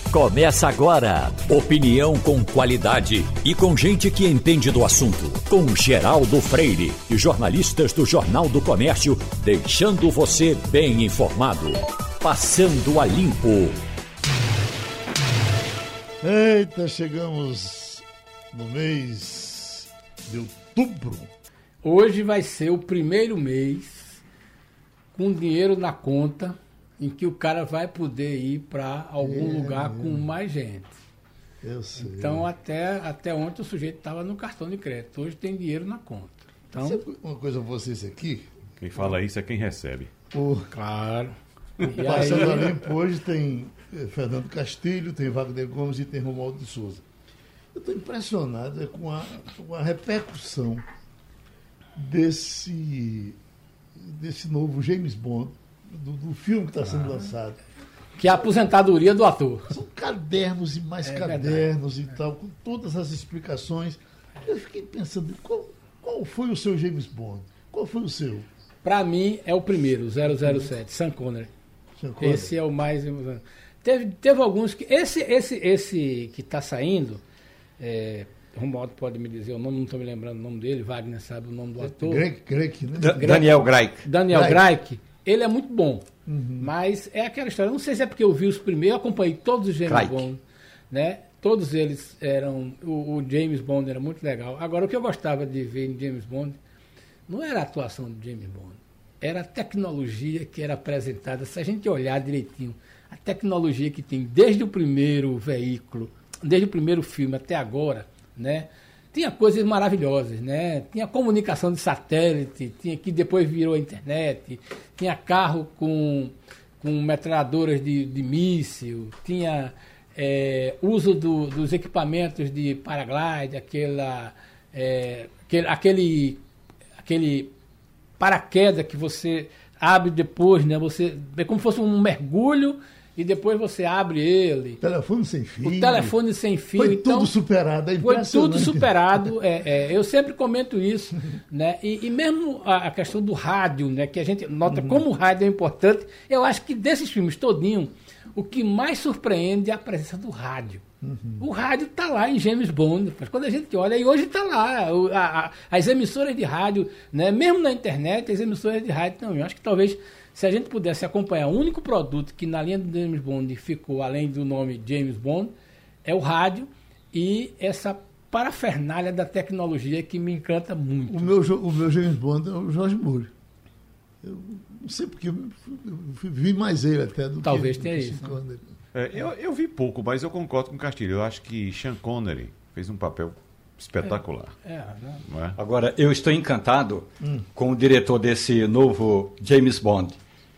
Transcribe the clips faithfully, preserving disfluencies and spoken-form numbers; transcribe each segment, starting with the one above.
Começa agora. Opinião com qualidade e com gente que entende do assunto. Com Geraldo Freire e jornalistas do Jornal do Comércio, deixando você bem informado. Passando a Limpo. Eita, chegamos no mês de outubro. Hoje vai ser o primeiro mês com dinheiro na conta em que o cara vai poder ir para algum é, lugar é. com mais gente. Eu sei. Então, até, até ontem o sujeito estava no cartão de crédito. Hoje tem dinheiro na conta. Então, sabe uma coisa pra vocês aqui? Quem fala isso é quem recebe. O... Claro. E Passando aí... a Limpo hoje tem Fernando Castilho, tem Wagner Gomes e tem Romualdo de Souza. Eu estou impressionado com a, com a repercussão desse, desse novo James Bond, Do, do filme que está sendo ah, lançado. Que é a aposentadoria do ator. São cadernos e mais é cadernos verdade. e tal, com todas as explicações. Eu fiquei pensando, qual, qual foi o seu James Bond? Qual foi o seu? Para mim, é o primeiro, zero zero sete, Sean Connery. Sean Connery. Esse é o mais... Teve, teve alguns que... Esse, esse, esse que está saindo, é, Romualdo pode me dizer o nome, não estou me lembrando o nome dele, Wagner sabe o nome do ator. Greg, Greg, né? Da, Daniel Craig. Daniel Craig. Ele é muito bom, uhum. mas é aquela história, não sei se é porque eu vi os primeiros, eu acompanhei todos os James Craig. Bond, né? Todos eles eram, o, o James Bond era muito legal. Agora, o que eu gostava de ver em James Bond não era a atuação de James Bond, era a tecnologia que era apresentada. Se a gente olhar direitinho, a tecnologia que tem desde o primeiro veículo, desde o primeiro filme até agora, né? Tinha coisas maravilhosas, né? Tinha comunicação de satélite, tinha que depois virou a internet, tinha carro com, com metralhadoras de, de míssil, tinha é, uso do, dos equipamentos de paraglide, aquela, é, aquele, aquele, aquele paraquedas que você abre depois, né? Você é como se fosse um mergulho e depois você abre ele. Telefone sem fio. O telefone sem fio. Foi então, tudo superado. É foi tudo superado. É, é, eu sempre comento isso. Né? E, e mesmo a, a questão do rádio, né? Que a gente nota uhum. como o rádio é importante. Eu acho que desses filmes todinho, o que mais surpreende é a presença do rádio. Uhum. O rádio está lá em James Bond. Mas quando a gente olha, e hoje está lá. O, a, a, as emissoras de rádio, né? Mesmo na internet, as emissoras de rádio também. Eu acho que talvez... Se a gente pudesse acompanhar o único produto que na linha do James Bond ficou, além do nome James Bond, é o rádio e essa parafernália da tecnologia que me encanta muito. O meu, o meu James Bond é o Jorge Moore. Eu não sei porque eu vi mais ele até do Talvez que... Talvez tenha isso. Né? É, eu, eu vi pouco, mas eu concordo com o Castilho. Eu acho que Sean Connery fez um papel espetacular. É, é, não é? Agora, eu estou encantado hum. com o diretor desse novo James Bond.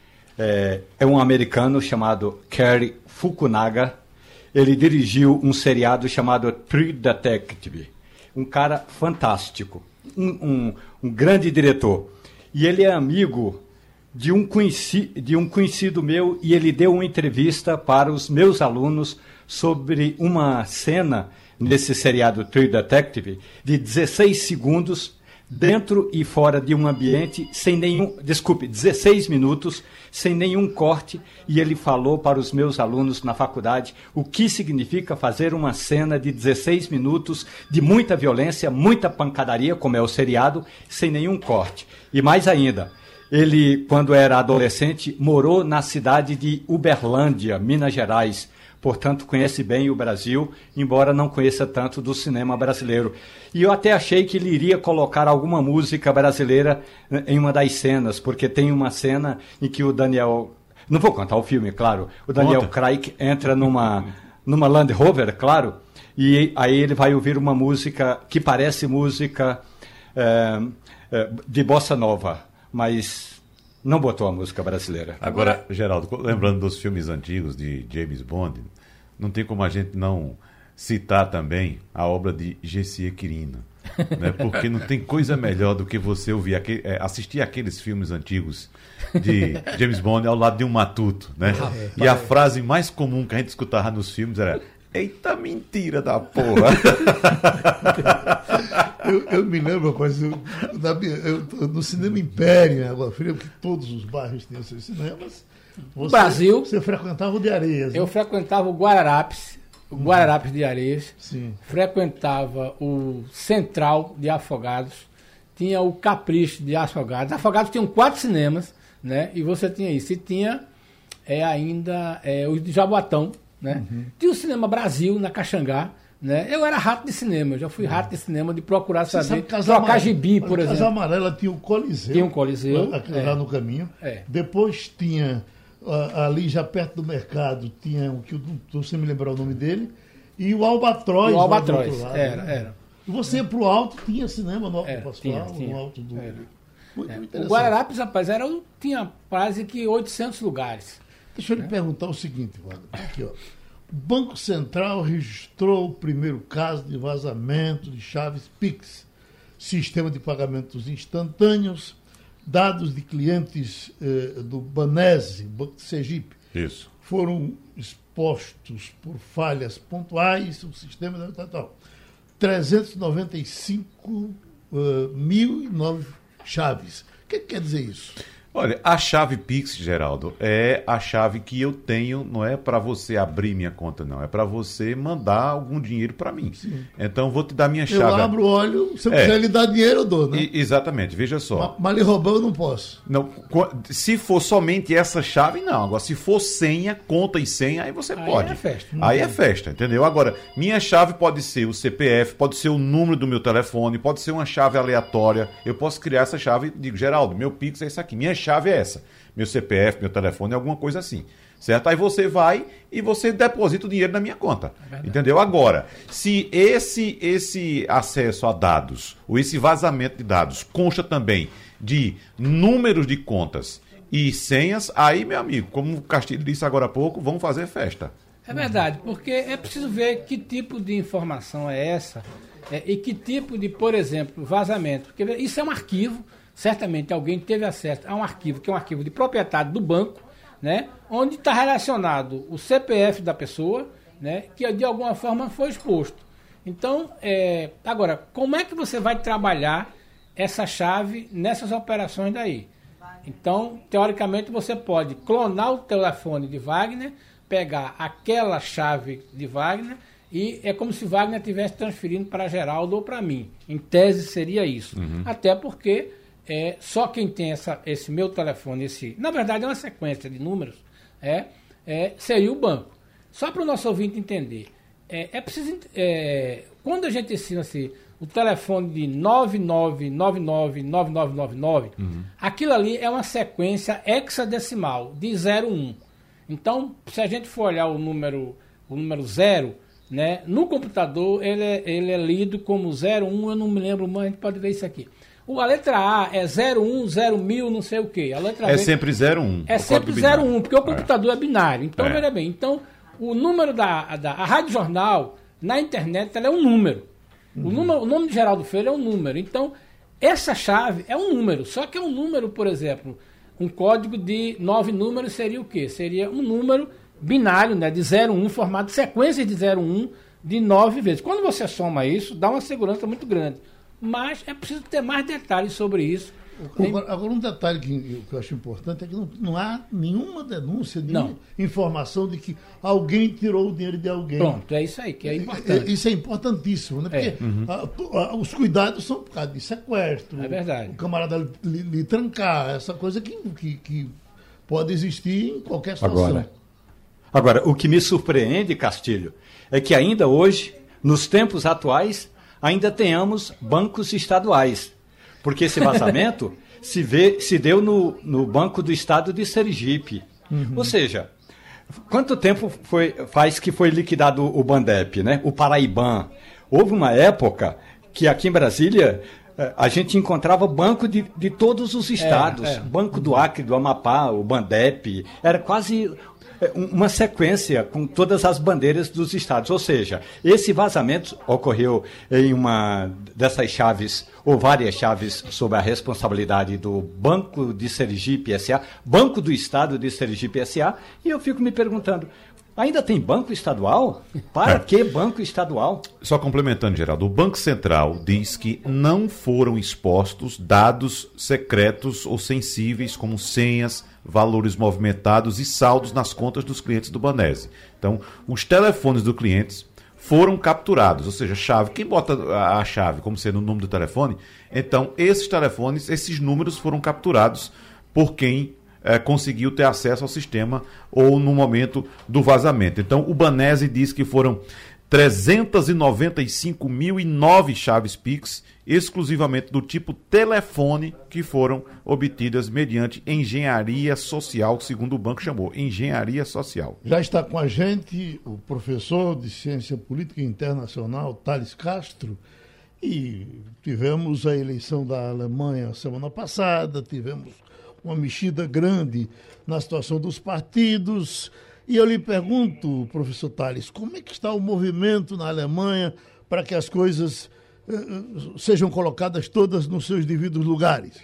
É, é um americano chamado Cary Fukunaga. Ele dirigiu um seriado chamado True Detective. Um cara fantástico. Um, um, um grande diretor. E ele é amigo de um, conheci, de um conhecido meu e ele deu uma entrevista para os meus alunos sobre uma cena nesse seriado True Detective, de dezesseis segundos, dentro e fora de um ambiente, sem nenhum, desculpe, dezesseis minutos, sem nenhum corte, e ele falou para os meus alunos na faculdade o que significa fazer uma cena de dezesseis minutos, de muita violência, muita pancadaria, como é o seriado, sem nenhum corte. E mais ainda, ele, quando era adolescente, morou na cidade de Uberlândia, Minas Gerais, portanto, conhece bem o Brasil, embora não conheça tanto do cinema brasileiro. E eu até achei que ele iria colocar alguma música brasileira em uma das cenas, porque tem uma cena em que o Daniel... Não vou contar o filme, claro. O Daniel Craig entra numa, numa Land Rover, claro, e aí ele vai ouvir uma música que parece música é, é, de bossa nova, mas... não botou a música brasileira. Agora, Geraldo, lembrando dos filmes antigos de James Bond, não tem como a gente não citar também a obra de Gessie Quirino, né? Porque não tem coisa melhor do que você ouvir aquele, é, assistir aqueles filmes antigos de James Bond ao lado de um matuto, né? E a frase mais comum que a gente escutava nos filmes era: eita mentira da porra! eu, eu me lembro, rapaz, eu, eu, eu, no Cinema Império, em Água Fria, porque todos os bairros têm seus cinemas, Você, Brasil. Você frequentava o de Areias. Eu né? frequentava o Guararapes, o Guararapes de Areias. Sim. Frequentava o Central de Afogados. Tinha o Capricho de Afogados. Afogados tinham quatro cinemas, né? E você tinha isso. E tinha é, ainda é, o de Jaboatão, né? Uhum. Tinha o Cinema Brasil, na Caxangá. Né? Eu era rato de cinema, eu já fui rato de cinema, de procurar Você saber, sabe, trocar gibi, por Casa exemplo. Amarela tinha o Coliseu. Tinha um Coliseu. Lá, lá é. no caminho. É. Depois tinha, ali já perto do mercado, tinha o que eu não estou sem me lembrar o nome dele, e o Albatroz. O Albatroz, do outro lado, era, né? era. E você ia para o alto, tinha cinema no Alto Era, do Pascoal, tinha, tinha. no alto do... Era. Muito É. interessante. O Guararapes, rapaz, era, tinha quase que oitocentos lugares. Deixa eu lhe perguntar o seguinte, Wagner. Aqui, ó. O Banco Central registrou o primeiro caso de vazamento de chaves Pix, sistema de pagamentos instantâneos, dados de clientes eh, do Banese, Banco de Sergipe. Isso. Foram expostos por falhas pontuais, o sistema tal, tal. trezentos e noventa e cinco mil e nove chaves. O que quer dizer isso? Olha, a chave Pix, Geraldo, é a chave que eu tenho, não é para você abrir minha conta, não. É para você mandar algum dinheiro para mim. Sim. Então, vou te dar minha chave. Eu abro, olho, se eu quiser é. lhe dar dinheiro, eu dou, né? E, exatamente, veja só. Mas, mas lhe roubar eu não posso. Não, se for somente essa chave, não. Agora, se for senha, conta e senha, aí você aí pode. Aí é festa. Aí é festa, entendeu? Agora, minha chave pode ser o C P F, pode ser o número do meu telefone, pode ser uma chave aleatória. Eu posso criar essa chave e digo, Geraldo, meu Pix é isso aqui. Minha chave é essa. Meu C P F, meu telefone, alguma coisa assim. Certo? Aí você vai e você deposita o dinheiro na minha conta. É entendeu? Agora, se esse, esse acesso a dados, ou esse vazamento de dados, consta também de números de contas e senhas, aí, meu amigo, como o Castilho disse agora há pouco, vamos fazer festa. É verdade, porque é preciso ver que tipo de informação é essa é, e que tipo de, por exemplo, vazamento. Porque isso é um arquivo. Certamente alguém teve acesso a um arquivo, que é um arquivo de propriedade do banco, né, onde está relacionado o C P F da pessoa, né, que de alguma forma foi exposto. Então, é, agora, como é que você vai trabalhar essa chave nessas operações daí? Então, teoricamente, você pode clonar o telefone de Wagner, pegar aquela chave de Wagner e é como se Wagner estivesse transferindo para Geraldo ou para mim. Em tese seria isso. Uhum. Até porque é, só quem tem essa, esse meu telefone, esse, na verdade é uma sequência de números, é, é, seria o banco. Só para o nosso ouvinte entender, é, é preciso, é, quando a gente ensina assim, o telefone de nove nove nove nove nove nove nove nove, uhum. aquilo ali é uma sequência hexadecimal de zero um. Então, se a gente for olhar o número, o número zero, né, no computador ele é, ele é lido como zero um, eu não me lembro, mas a gente pode ver isso aqui. A letra A é zero um, zero mil, não sei o quê. A letra é B sempre zero um. É sempre zero um, porque o computador é, é binário. Então, é. veja bem. Então, o número da, da a Rádio Jornal, na internet, ela é um número. Uhum. O, número. O nome de Geraldo Freire é um número. Então, essa chave é um número. Só que é um número, por exemplo, um código de nove números seria o quê? Seria um número binário, né, de zero um, formado de sequências de zero um de nove vezes. Quando você soma isso, dá uma segurança muito grande. Mas é preciso ter mais detalhes sobre isso. Agora, agora um detalhe que, que eu acho importante é que não, não há nenhuma denúncia, nenhuma não. informação de que alguém tirou o dinheiro de alguém. Pronto, é isso aí que é importante. Isso é importantíssimo, né? Porque é. uhum. a, a, os cuidados são por causa de sequestro. É verdade. O camarada lhe, lhe trancar, essa coisa que, que, que pode existir em qualquer situação. Agora, agora, o que me surpreende, Castilho, é que ainda hoje, nos tempos atuais, ainda tenhamos bancos estaduais. Porque esse vazamento se, vê, se deu no, no Banco do Estado de Sergipe. Uhum. Ou seja, quanto tempo foi, faz que foi liquidado o Bandep, né? O Paraiban? Houve uma época que aqui em Brasília a gente encontrava banco de, de todos os estados. É, é. Banco do Acre, do Amapá, o Bandep. Era quase uma sequência com todas as bandeiras dos estados. Ou seja, esse vazamento ocorreu em uma dessas chaves, ou várias chaves, sob a responsabilidade do Banco de Sergipe S A, Banco do Estado de Sergipe S A, e eu fico me perguntando, ainda tem banco estadual? Para é. que banco estadual? Só complementando, Geraldo, o Banco Central diz que não foram expostos dados secretos ou sensíveis como senhas, valores movimentados e saldos nas contas dos clientes do Banese. Então, os telefones dos clientes foram capturados, ou seja, chave, quem bota a chave como sendo o número do telefone, então esses telefones, esses números foram capturados por quem é, conseguiu ter acesso ao sistema ou no momento do vazamento. Então o Banese diz que foram trezentos e noventa e cinco mil e nove chaves Pix, exclusivamente do tipo telefone, que foram obtidas mediante engenharia social, segundo o banco chamou, engenharia social. Já está com a gente o professor de Ciência Política Internacional, Thales Castro, e tivemos a eleição da Alemanha semana passada, tivemos uma mexida grande na situação dos partidos. E eu lhe pergunto, professor Thales, como é que está o movimento na Alemanha para que as coisas eh, sejam colocadas todas nos seus devidos lugares?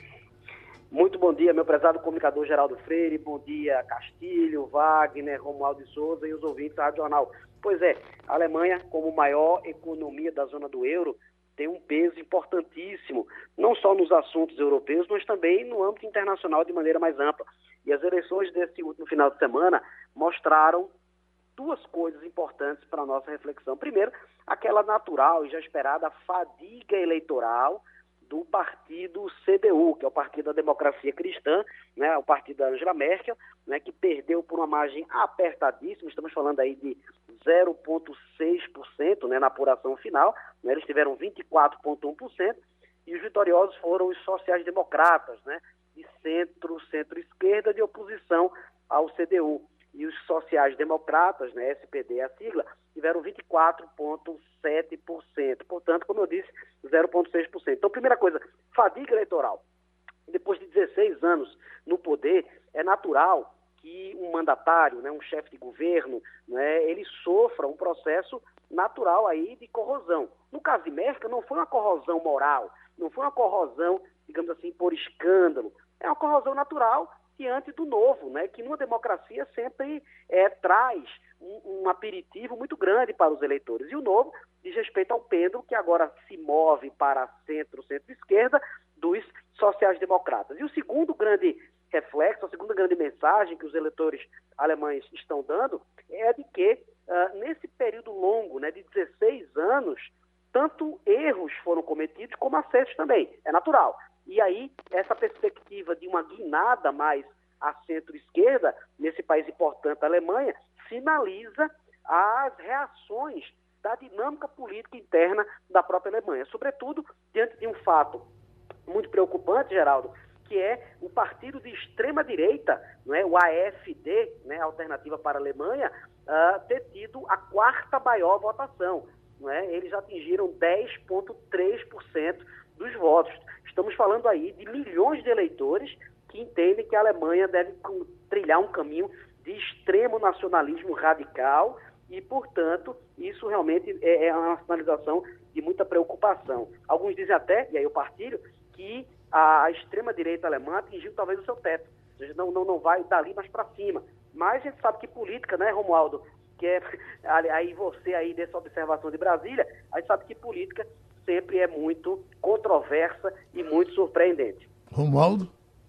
Muito bom dia, meu prezado comunicador Geraldo Freire, bom dia Castilho, Wagner, Romualdo de Souza e os ouvintes da Rádio Jornal. Pois é, a Alemanha, como maior economia da zona do euro, tem um peso importantíssimo, não só nos assuntos europeus, mas também no âmbito internacional de maneira mais ampla. E as eleições desse último final de semana mostraram duas coisas importantes para a nossa reflexão. Primeiro, aquela natural e já esperada fadiga eleitoral do partido C D U, que é o Partido da Democracia Cristã, né, o partido da Angela Merkel, né, que perdeu por uma margem apertadíssima, estamos falando aí de zero vírgula seis por cento, né, na apuração final, né, eles tiveram vinte e quatro vírgula um por cento, e os vitoriosos foram os sociais-democratas, né, de centro, centro-esquerda, de oposição ao C D U. E os sociais-democratas, né, S P D é a sigla, tiveram vinte e quatro vírgula sete por cento. Portanto, como eu disse, zero vírgula seis por cento. Então, primeira coisa, fadiga eleitoral. Depois de dezesseis anos no poder, é natural que um mandatário, né, um chefe de governo, né, ele sofra um processo natural aí de corrosão. No caso de Merkel, não foi uma corrosão moral, não foi uma corrosão, digamos assim, por escândalo. É uma corrosão natural diante do novo, né, que numa democracia sempre é, traz um, um aperitivo muito grande para os eleitores. E o novo diz respeito ao Pedro, que agora se move para centro, centro-esquerda, dos sociais-democratas. E o segundo grande reflexo, a segunda grande mensagem que os eleitores alemães estão dando é de que, uh, nesse período longo, né, de dezesseis anos, tanto erros foram cometidos como acertos também. É natural. E aí, essa perspectiva de uma guinada mais à centro-esquerda, nesse país importante, a Alemanha, sinaliza as reações da dinâmica política interna da própria Alemanha. Sobretudo, diante de um fato muito preocupante, Geraldo, que é o partido de extrema-direita, não é, o A F D, né, Alternativa para a Alemanha, uh, ter tido a quarta maior votação. Não é? Eles atingiram dez vírgula três por cento dos votos. Estamos falando aí de milhões de eleitores que entendem que a Alemanha deve trilhar um caminho de extremo nacionalismo radical e, portanto, isso realmente é uma sinalização de muita preocupação. Alguns dizem até, e aí eu partilho, que a extrema-direita alemã atingiu talvez o seu teto. Ou seja, não, não, não vai dali mais para cima. Mas a gente sabe que política, né, Romualdo, que é aí você aí dessa observação de Brasília, a gente sabe que política sempre é muito controversa e muito surpreendente. Romualdo?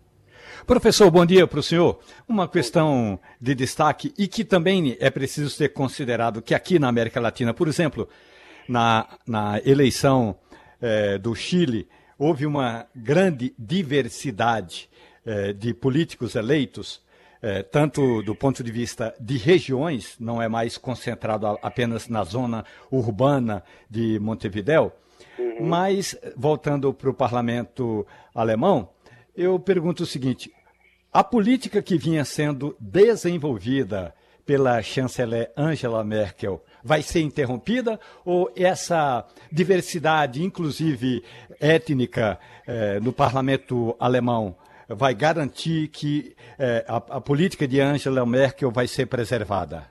Professor, bom dia para o senhor. Uma questão de destaque e que também é preciso ser considerado que aqui na América Latina, por exemplo, na, na eleição eh, do Chile, houve uma grande diversidade eh, de políticos eleitos, eh, tanto do ponto de vista de regiões, não é mais concentrado a, apenas na zona urbana de Montevidéu, uhum. Mas, voltando para o parlamento alemão, eu pergunto o seguinte: a política que vinha sendo desenvolvida pela chanceler Angela Merkel vai ser interrompida ou essa diversidade, inclusive étnica, eh, no parlamento alemão vai garantir que eh, a, a política de Angela Merkel vai ser preservada?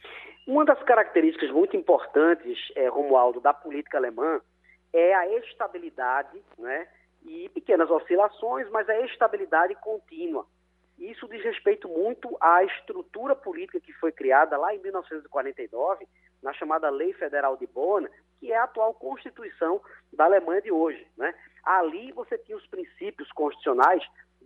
Uma das características muito importantes, eh, Romualdo, da política alemã é a estabilidade, né? E pequenas oscilações, mas a estabilidade contínua. Isso diz respeito muito à estrutura política que foi criada lá em mil novecentos e quarenta e nove, na chamada Lei Federal de Bonn, que é a atual Constituição da Alemanha de hoje, né? Ali você tinha os princípios constitucionais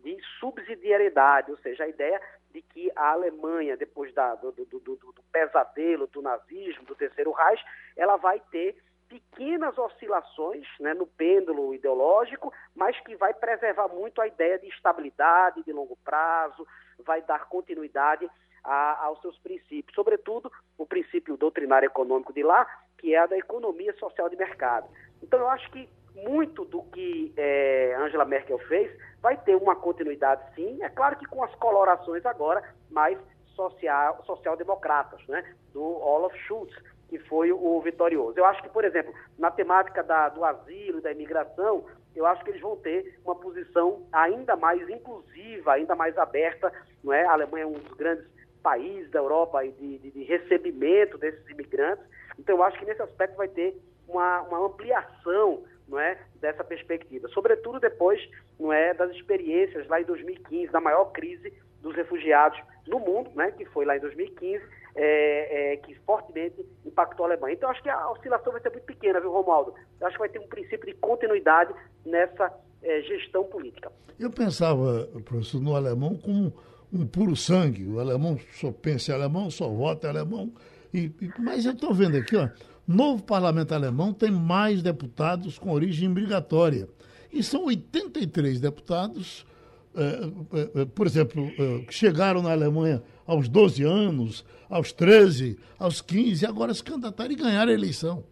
de subsidiariedade, ou seja, a ideia de que a Alemanha, depois da, do, do, do, do pesadelo do nazismo, do Terceiro Reich, ela vai ter pequenas oscilações, né, no pêndulo ideológico, mas que vai preservar muito a ideia de estabilidade de longo prazo, vai dar continuidade a, aos seus princípios, sobretudo o princípio doutrinário econômico de lá, que é a da economia social de mercado. Então, eu acho que muito do que é, Angela Merkel fez vai ter uma continuidade, sim. É claro que com as colorações agora mais social, social-democratas, né, do Olaf Scholz, que foi o vitorioso. Eu acho que, por exemplo, na temática da, do asilo e da imigração, eu acho que eles vão ter uma posição ainda mais inclusiva, ainda mais aberta, não é? A Alemanha é um dos grandes países da Europa de, de, de recebimento desses imigrantes. Então, eu acho que nesse aspecto vai ter uma, uma ampliação, não é, dessa perspectiva, sobretudo depois, não é, das experiências lá em dois mil e quinze, da maior crise dos refugiados no mundo, né, que foi lá em dois mil e quinze, é, é, que fortemente impactou a Alemanha. Então, acho que a oscilação vai ser muito pequena, viu, Romualdo? Eu acho que vai ter um princípio de continuidade nessa é, gestão política. Eu pensava, professor, no alemão como um puro sangue. O alemão só pensa em alemão, só vota em alemão. E, e, mas eu estou vendo aqui, ó, novo parlamento alemão tem mais deputados com origem migratória. E são oitenta e três deputados, é, é, por exemplo, é, que chegaram na Alemanha aos doze anos, aos treze, aos quinze, e agora se candidataram e ganharam a eleição.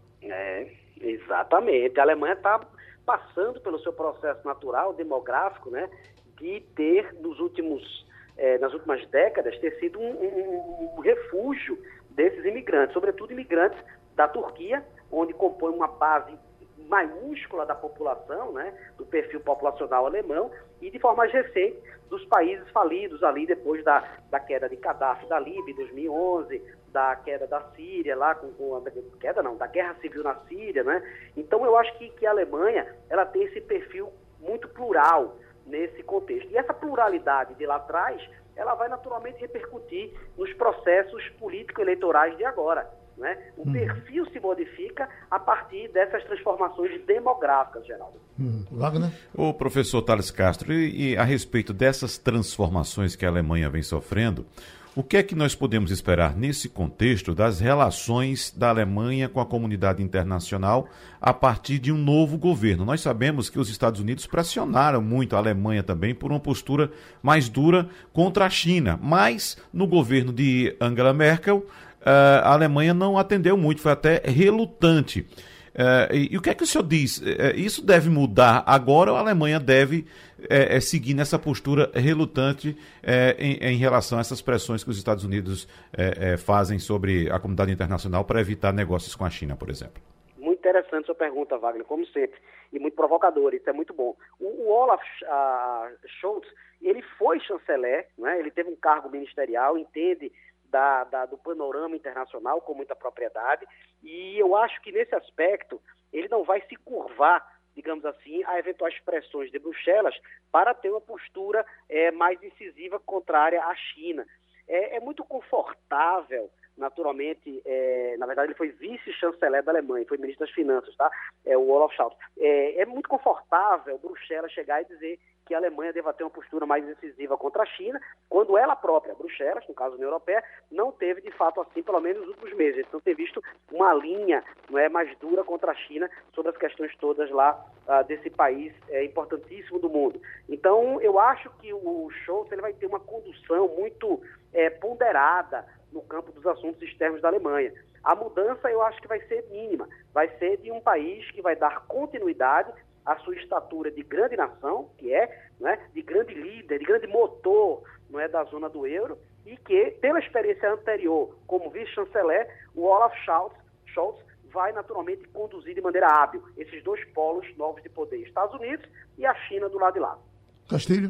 É, exatamente. A Alemanha está passando pelo seu processo natural, demográfico, né, de ter, nos últimos, é, nas últimas décadas, ter sido um, um, um refúgio desses imigrantes, sobretudo imigrantes da Turquia, onde compõe uma base maiúscula da população, né, do perfil populacional alemão, e de forma mais recente dos países falidos ali depois da, da queda de Gaddafi da Líbia em dois mil e onze, da queda da Síria lá, com, com a queda não, da guerra civil na Síria, né? Então eu acho que, que a Alemanha, ela tem esse perfil muito plural nesse contexto. E essa pluralidade de lá atrás, ela vai naturalmente repercutir nos processos político-eleitorais de agora. Né? O hum. perfil se modifica a partir dessas transformações demográficas, Geraldo. Hum. Wagner? O professor Thales Castro, e, e a respeito dessas transformações que a Alemanha vem sofrendo, o que é que nós podemos esperar nesse contexto das relações da Alemanha com a comunidade internacional a partir de um novo governo? Nós sabemos que os Estados Unidos pressionaram muito a Alemanha também por uma postura mais dura contra a China, mas no governo de Angela Merkel, a Alemanha não atendeu muito, foi até relutante. Uh, e, e o que é que o senhor diz? Uh, isso deve mudar agora ou a Alemanha deve uh, uh, seguir nessa postura relutante uh, em, em relação a essas pressões que os Estados Unidos uh, uh, fazem sobre a comunidade internacional para evitar negócios com a China, por exemplo? Muito interessante sua pergunta, Wagner, como sempre, e muito provocadora, isso é muito bom. O, o Olaf uh, Scholz, ele foi chanceler, né? Ele teve um cargo ministerial, entende Da, da, do panorama internacional com muita propriedade, e eu acho que nesse aspecto ele não vai se curvar, digamos assim, a eventuais pressões de Bruxelas para ter uma postura é, mais incisiva contrária à China. É, é muito confortável, naturalmente, é, na verdade ele foi vice-chanceler da Alemanha, foi ministro das Finanças, tá? É, o Olaf Scholz. É, é muito confortável Bruxelas chegar e dizer que a Alemanha deva ter uma postura mais incisiva contra a China, quando ela própria, Bruxelas, no caso da União Europeia, não teve de fato assim, pelo menos nos últimos meses. Então tem visto uma linha, não é, mais dura contra a China sobre as questões todas lá ah, desse país é, importantíssimo do mundo. Então eu acho que o Scholz ele vai ter uma condução muito é, ponderada no campo dos assuntos externos da Alemanha. A mudança eu acho que vai ser mínima, vai ser de um país que vai dar continuidade a sua estatura de grande nação, que é, não é, de grande líder, de grande motor, não é, da zona do euro, e que, pela experiência anterior como vice-chanceler, o Olaf Scholz, Scholz vai naturalmente conduzir de maneira hábil esses dois polos novos de poder, Estados Unidos e a China do lado de lá. Castilho?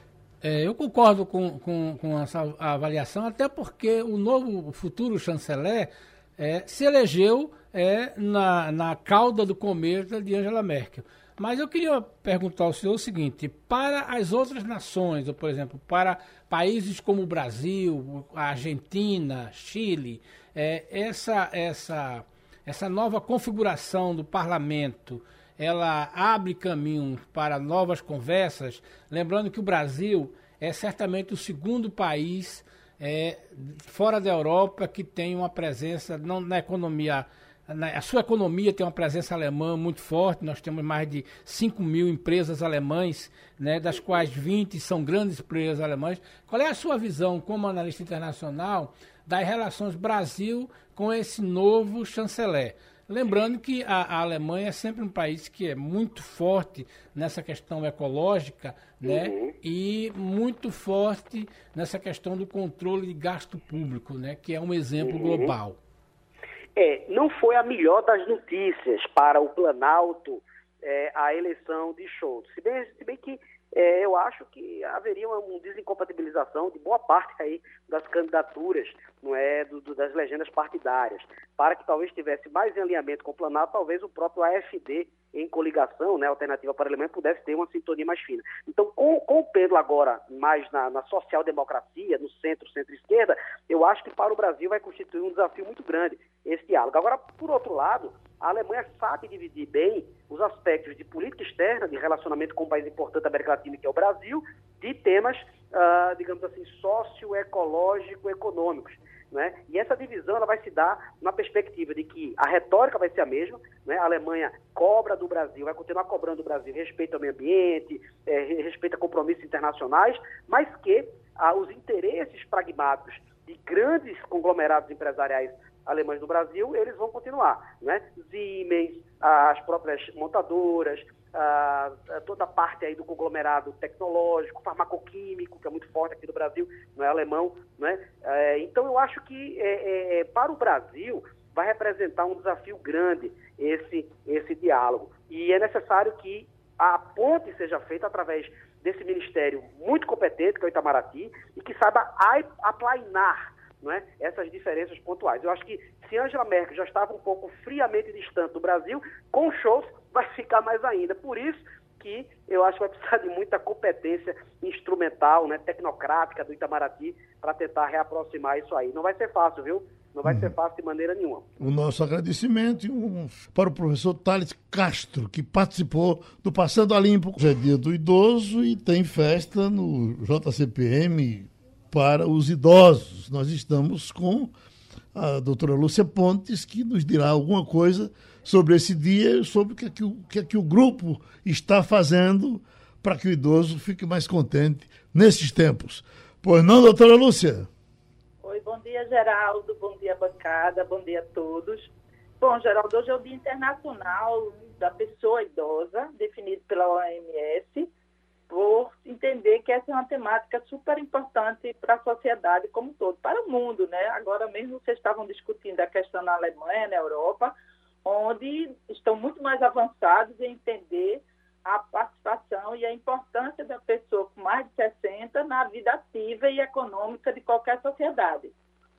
É, eu concordo com, com, com essa avaliação, até porque o novo futuro chanceler é, se elegeu é, na, na cauda do cometa de Angela Merkel. Mas eu queria perguntar ao senhor o seguinte: para as outras nações, ou, por exemplo, para países como o Brasil, a Argentina, Chile, é, essa, essa, essa nova configuração do parlamento ela abre caminho para novas conversas, lembrando que o Brasil é certamente o segundo país é, fora da Europa que tem uma presença não, na economia. A sua economia tem uma presença alemã muito forte, nós temos mais de cinco mil empresas alemãs, né, das quais vinte são grandes players alemães. Qual é a sua visão como analista internacional das relações Brasil com esse novo chanceler? Lembrando que a, a Alemanha é sempre um país que é muito forte nessa questão ecológica, né, uhum. e muito forte nessa questão do controle de gasto público, né, que é um exemplo uhum. global. É, não foi a melhor das notícias para o Planalto é, a eleição de Scholz. Se bem, se bem que é, eu acho que haveria uma, uma desincompatibilização de boa parte aí das candidaturas, não é, do, do, das legendas partidárias, para que talvez tivesse mais em alinhamento com o Planalto, talvez o próprio A F D em coligação, né, Alternativa para a Alemanha, pudesse ter uma sintonia mais fina. Então, com, com o Pedro agora mais na, na social-democracia, no centro, centro-esquerda, eu acho que para o Brasil vai constituir um desafio muito grande esse diálogo. Agora, por outro lado, a Alemanha sabe dividir bem os aspectos de política externa, de relacionamento com um país importante da América Latina, que é o Brasil, de temas, uh, digamos assim, socioecológico-econômicos. Né? E essa divisão ela vai se dar na perspectiva de que a retórica vai ser a mesma, né? A Alemanha cobra do Brasil, vai continuar cobrando do Brasil respeito ao meio ambiente, é, respeito a compromissos internacionais, mas que ah, os interesses pragmáticos de grandes conglomerados empresariais alemães do Brasil, eles vão continuar, né? Siemens, as próprias montadoras, a, a toda a parte aí do conglomerado tecnológico, farmacoquímico, que é muito forte aqui no Brasil, não é alemão, né? É, então eu acho que é, é, para o Brasil vai representar um desafio grande esse, esse diálogo. E é necessário que a ponte seja feita através desse ministério muito competente, que é o Itamaraty, e que saiba aplainar, não é, essas diferenças pontuais. Eu acho que se Angela Merkel já estava um pouco friamente distante do Brasil, com o Scholz vai ficar mais ainda. Por isso que eu acho que vai precisar de muita competência instrumental, né, tecnocrática do Itamaraty para tentar reaproximar isso aí. Não vai ser fácil, viu? Não vai uhum. ser fácil de maneira nenhuma. O nosso agradecimento um, para o professor Thales Castro, que participou do Passando a Limpo. Hoje é dia do idoso e tem festa no J C P M para os idosos. Nós estamos com a doutora Lúcia Pontes, que nos dirá alguma coisa sobre esse dia, sobre o que é que o, que é que o grupo está fazendo para que o idoso fique mais contente nesses tempos. Pois não, doutora Lúcia? Oi, bom dia, Geraldo, bom dia, bancada, bom dia a todos. Bom, Geraldo, hoje é o Dia Internacional da Pessoa Idosa, definido pela O M S, por entender que essa é uma temática super importante para a sociedade como um todo, para o mundo, né? Agora mesmo vocês estavam discutindo a questão na Alemanha, na Europa, onde estão muito mais avançados em entender a participação e a importância da pessoa com mais de sessenta na vida ativa e econômica de qualquer sociedade.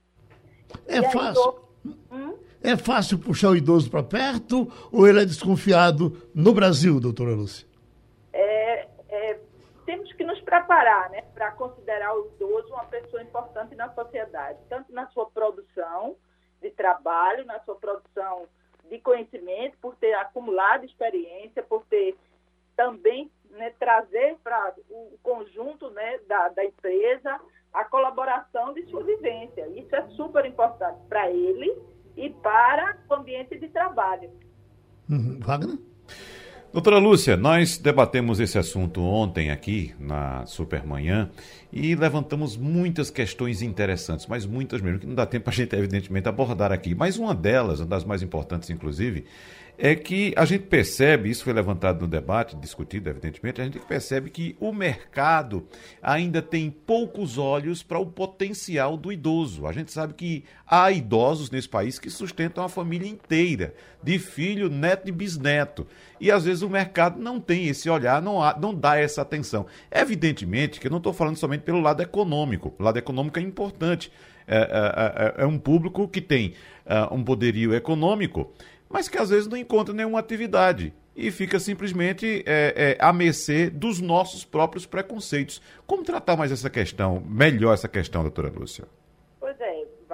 É fácil. Hum? É fácil puxar o idoso para perto ou ele é desconfiado no Brasil, doutora Lúcia? É, é, temos que nos preparar, né, para considerar o idoso uma pessoa importante na sociedade, tanto na sua produção de trabalho, na sua produção de conhecimento, por ter acumulado experiência, por ter também, né, trazer para o conjunto, né, da, da empresa a colaboração de sua vivência. Isso é super importante para ele e para o ambiente de trabalho. Uhum. Wagner? Doutora Lúcia, nós debatemos esse assunto ontem aqui na Supermanhã e levantamos muitas questões interessantes, mas muitas mesmo, que não dá tempo a gente, evidentemente, abordar aqui. Mas uma delas, uma das mais importantes, inclusive, é que a gente percebe, isso foi levantado no debate, discutido, evidentemente, a gente percebe que o mercado ainda tem poucos olhos para o potencial do idoso. A gente sabe que há idosos nesse país que sustentam a família inteira, de filho, neto e bisneto. E às vezes o mercado não tem esse olhar, não, há, não dá essa atenção. Evidentemente que eu não estou falando somente pelo lado econômico. O lado econômico é importante. É, é, é um público que tem é, um poderio econômico, mas que às vezes não encontra nenhuma atividade e fica simplesmente é, é, à mercê dos nossos próprios preconceitos. Como tratar mais essa questão, melhor essa questão, doutora Lúcia? Pois é, Wagner, se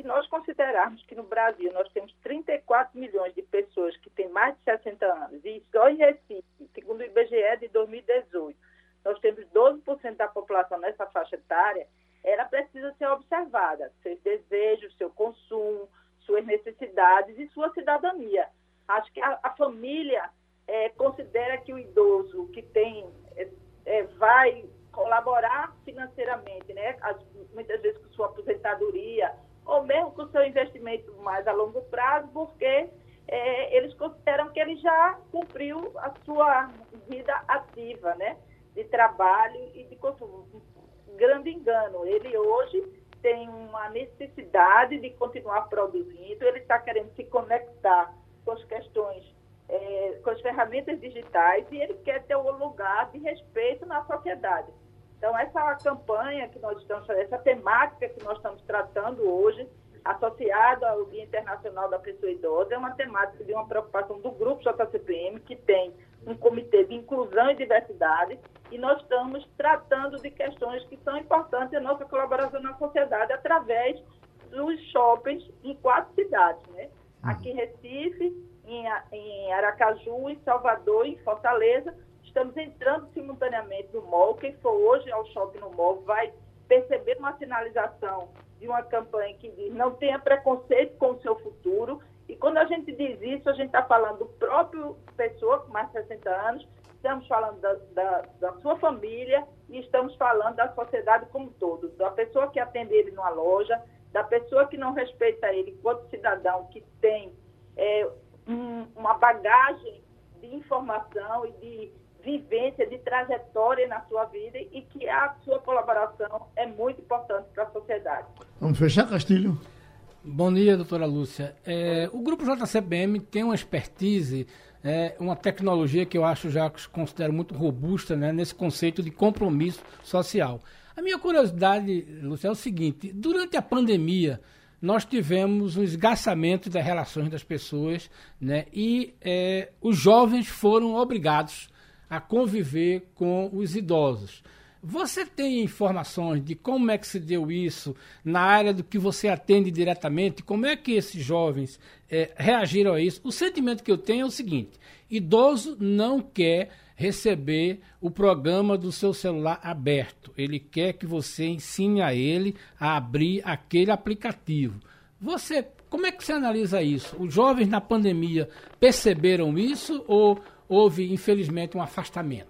nós considerarmos que no Brasil nós temos trinta e quatro milhões de pessoas que têm mais de sessenta anos, e só em Recife, segundo o I B G E de dois mil e dezoito, nós temos doze por cento da população nessa faixa etária, ela precisa ser observada, seus desejos, seu consumo, suas necessidades e sua cidadania. Acho que a, a família é, considera que o idoso que tem, é, é, vai colaborar financeiramente, né? As, muitas vezes com sua aposentadoria, ou mesmo com seu investimento mais a longo prazo, porque é, eles consideram que ele já cumpriu a sua vida ativa, né? De trabalho e de consumo. Grande engano. Ele hoje tem uma necessidade de continuar produzindo, ele está querendo se conectar com as questões, é, com as ferramentas digitais, e ele quer ter um lugar de respeito na sociedade. Então, essa campanha que nós estamos fazendo, essa temática que nós estamos tratando hoje, associada ao Dia Internacional da Pessoa Idosa, é uma temática de uma preocupação do Grupo J C P M, que tem um comitê de inclusão e diversidade, e nós estamos tratando de questões que são importantes na nossa colaboração na sociedade através dos shoppings em quatro cidades, né? Aqui em Recife, em, em Aracaju, em Salvador, em Fortaleza. Estamos entrando simultaneamente no mall. Quem for hoje ao shopping no mall vai perceber uma sinalização de uma campanha que diz: não tenha preconceito com o seu futuro. E quando a gente diz isso, a gente está falando do próprio pessoa com mais de sessenta anos, estamos falando da, da, da sua família e estamos falando da sociedade como um todo. Da pessoa que atende ele numa loja, da pessoa que não respeita ele enquanto cidadão, que tem é, um, uma bagagem de informação e de vivência, de trajetória na sua vida, e que a sua colaboração é muito importante para a sociedade. Vamos fechar, Castilho? Bom dia, doutora Lúcia. É, o Grupo J C P M tem uma expertise, é, uma tecnologia que eu acho já considero muito robusta, né, nesse conceito de compromisso social. A minha curiosidade, Lúcia, é o seguinte: durante a pandemia, nós tivemos um esgarçamento das relações das pessoas, né, e é, os jovens foram obrigados a conviver com os idosos. Você tem informações de como é que se deu isso na área do que você atende diretamente? Como é que esses jovens é, reagiram a isso? O sentimento que eu tenho é o seguinte: idoso não quer receber o programa do seu celular aberto. Ele quer que você ensine a ele a abrir aquele aplicativo. Você, como é que você analisa isso? Os jovens na pandemia perceberam isso ou houve, infelizmente, um afastamento?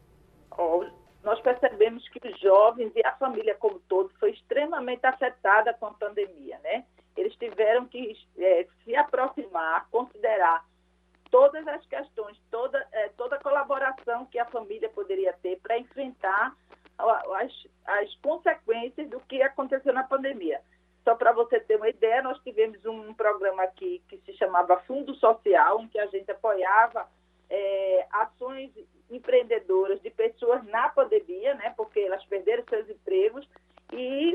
Oh, nós percebemos que os jovens e a família como todo foi extremamente afetada com a pandemia, né? Eles tiveram que é, se aproximar, considerar todas as questões, toda, é, toda a colaboração que a família poderia ter para enfrentar as, as consequências do que aconteceu na pandemia. Só para você ter uma ideia, nós tivemos um programa aqui que se chamava Fundo Social, em que a gente apoiava é, ações empreendedoras de pessoas na pandemia, né, porque elas perderam seus empregos, e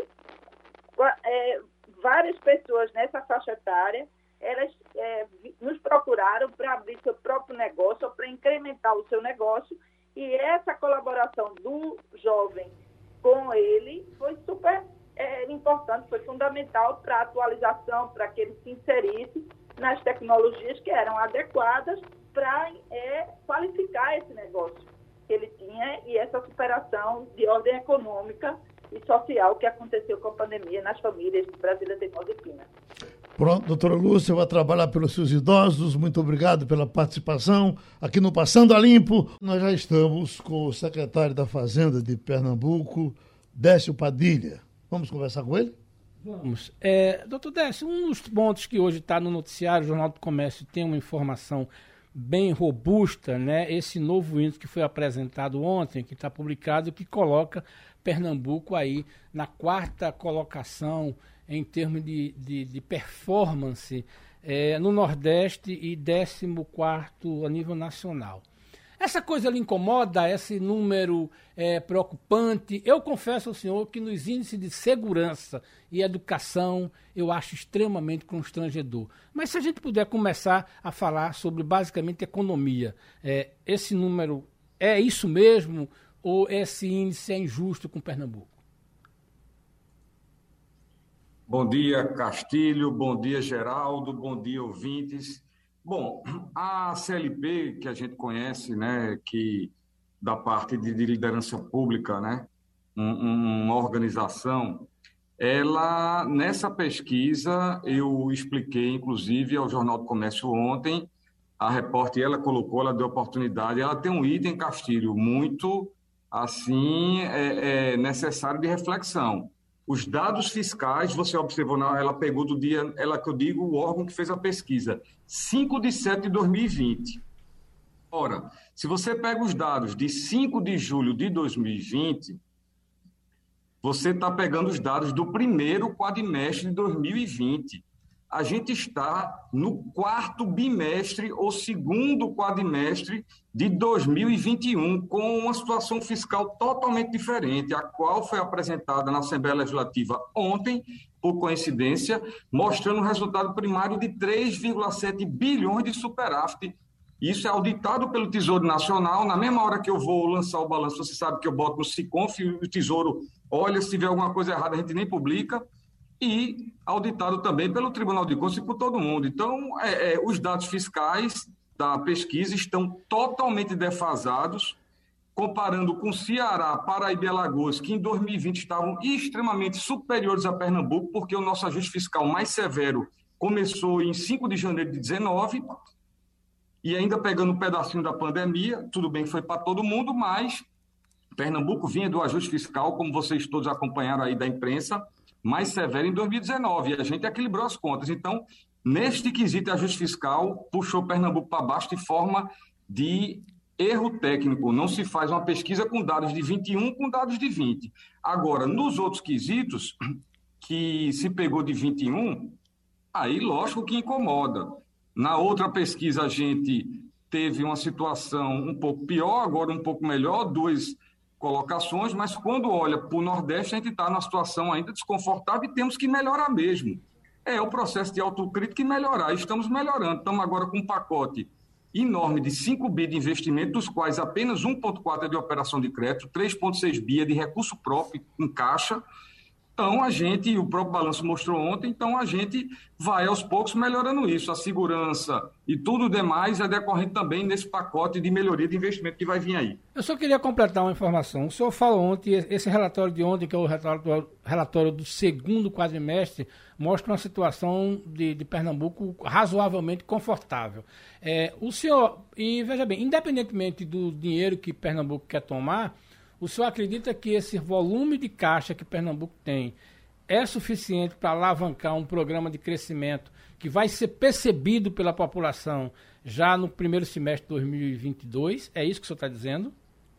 é, várias pessoas nessa faixa etária, elas é, nos procuraram para abrir seu próprio negócio, ou para incrementar o seu negócio, e essa colaboração do jovem com ele foi super é, importante, foi fundamental para a atualização, para que ele se inserisse nas tecnologias que eram adequadas para é, qualificar esse negócio que ele tinha e essa superação de ordem econômica e social que aconteceu com a pandemia nas famílias de Brasília, Teimosa e Pinas. Pronto, doutora Lúcia, vai trabalhar pelos seus idosos. Muito obrigado pela participação aqui no Passando a Limpo. Nós já estamos com o secretário da Fazenda de Pernambuco, Décio Padilha. Vamos conversar com ele? Vamos. É, doutor Décio, um dos pontos que hoje está no noticiário, o Jornal do Comércio tem uma informação bem robusta, né? Esse novo índice que foi apresentado ontem, que está publicado, que coloca Pernambuco aí na quarta colocação em termos de, de, de performance é, no Nordeste e décimo quarto a nível nacional. Essa coisa lhe incomoda, esse número é, preocupante? Eu confesso ao senhor que nos índices de segurança e educação eu acho extremamente constrangedor. Mas se a gente puder começar a falar sobre basicamente economia, é, esse número é isso mesmo ou esse índice é injusto com Pernambuco? Bom dia, Castilho, bom dia, Geraldo, bom dia, ouvintes. Bom, a C L P, que a gente conhece, né, que da parte de, de liderança pública, né, um, uma organização, ela, nessa pesquisa, eu expliquei, inclusive, ao Jornal do Comércio ontem, a repórter, ela colocou, ela deu oportunidade, ela tem um item, Castilho, muito, assim, é, é necessário de reflexão. Os dados fiscais, você observou, ela pegou do dia, ela que eu digo, o órgão que fez a pesquisa, cinco de setembro de dois mil e vinte. Ora, se você pega os dados de cinco de julho de dois mil e vinte, você está pegando os dados do primeiro quadrimestre de dois mil e vinte. A gente está no quarto bimestre ou segundo quadrimestre de dois mil e vinte e um, com uma situação fiscal totalmente diferente, a qual foi apresentada na Assembleia Legislativa ontem, por coincidência, mostrando um resultado primário de três vírgula sete bilhões de superávit. Isso é auditado pelo Tesouro Nacional. Na mesma hora que eu vou lançar o balanço, você sabe que eu boto no Siconf e o Tesouro olha, se tiver alguma coisa errada, a gente nem publica. E auditado também pelo Tribunal de Contas e por todo mundo. Então, é, é, os dados fiscais da pesquisa estão totalmente defasados, comparando com Ceará, Paraíba e Alagoas, que em dois mil e vinte estavam extremamente superiores a Pernambuco, porque o nosso ajuste fiscal mais severo começou em cinco de janeiro de dezenove, e ainda pegando um pedacinho da pandemia, tudo bem que foi para todo mundo, mas Pernambuco vinha do ajuste fiscal, como vocês todos acompanharam aí da imprensa, mais severo em dois mil e dezenove, e a gente equilibrou as contas. Então, neste quesito de ajuste fiscal, puxou Pernambuco para baixo de forma de erro técnico. Não se faz uma pesquisa com dados de vinte e um com dados de vinte. Agora, nos outros quesitos, que se pegou de vinte e um, aí lógico que incomoda. Na outra pesquisa, a gente teve uma situação um pouco pior, agora um pouco melhor, duas colocações, mas quando olha para o Nordeste, a gente está numa situação ainda desconfortável e temos que melhorar mesmo. É o processo de autocrítica e melhorar. Estamos melhorando. Estamos agora com um pacote enorme de cinco bi de investimento, dos quais apenas um vírgula quatro é de operação de crédito, três vírgula seis bi é de recurso próprio em caixa. Então, a gente, o próprio balanço mostrou ontem, então a gente vai aos poucos melhorando isso. A segurança e tudo o demais é decorrente também nesse pacote de melhoria de investimento que vai vir aí. Eu só queria completar uma informação. O senhor falou ontem, esse relatório de ontem, que é o relatório, relatório do segundo quadrimestre, mostra uma situação de, de Pernambuco razoavelmente confortável. É, o senhor, e veja bem, independentemente do dinheiro que Pernambuco quer tomar, o senhor acredita que esse volume de caixa que Pernambuco tem é suficiente para alavancar um programa de crescimento que vai ser percebido pela população já no primeiro semestre de dois mil e vinte e dois? É isso que o senhor está dizendo?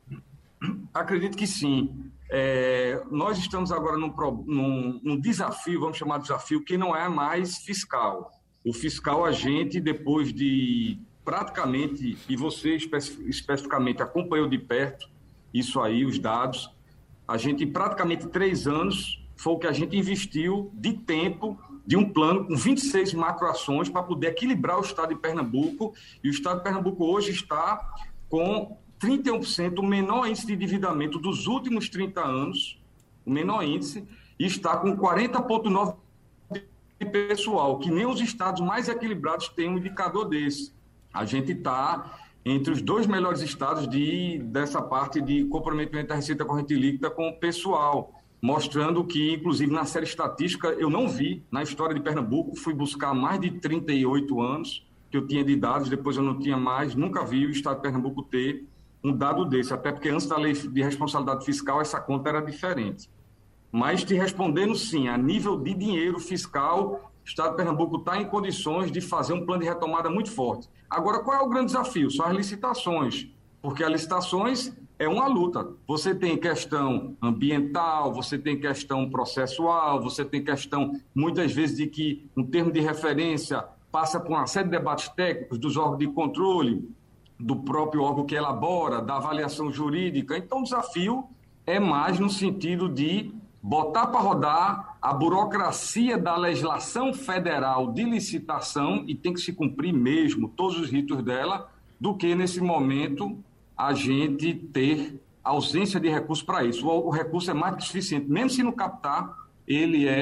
Acredito que sim. É, nós estamos agora num, num, num desafio, vamos chamar de desafio, que não é mais fiscal. O fiscal, a gente, depois de praticamente, e você especi- especificamente acompanhou de perto, isso aí, os dados, a gente, em praticamente três anos, foi o que a gente investiu de tempo, de um plano com vinte e seis macroações para poder equilibrar o estado de Pernambuco, e o estado de Pernambuco hoje está com trinta e um por cento, o menor índice de endividamento dos últimos trinta anos, o menor índice, e está com quarenta vírgula nove por cento de pessoal, que nem os estados mais equilibrados têm um indicador desse. A gente está entre os dois melhores estados de, dessa parte de comprometimento da receita corrente líquida com o pessoal, mostrando que, inclusive, na série estatística, eu não vi, na história de Pernambuco, fui buscar mais de trinta e oito anos, que eu tinha de dados, depois eu não tinha mais, nunca vi o estado de Pernambuco ter um dado desse, até porque antes da lei de responsabilidade fiscal, essa conta era diferente. Mas, te respondendo, sim, a nível de dinheiro fiscal, o estado de Pernambuco está em condições de fazer um plano de retomada muito forte. Agora, qual é o grande desafio? São as licitações, porque as licitações é uma luta. Você tem questão ambiental, você tem questão processual, você tem questão, muitas vezes, de que um termo de referência passa por uma série de debates técnicos dos órgãos de controle, do próprio órgão que elabora, da avaliação jurídica. Então, o desafio é mais no sentido de botar para rodar a burocracia da legislação federal de licitação, e tem que se cumprir mesmo todos os ritos dela, do que nesse momento a gente ter ausência de recurso para isso. O, o recurso é mais que suficiente, mesmo se não captar, ele é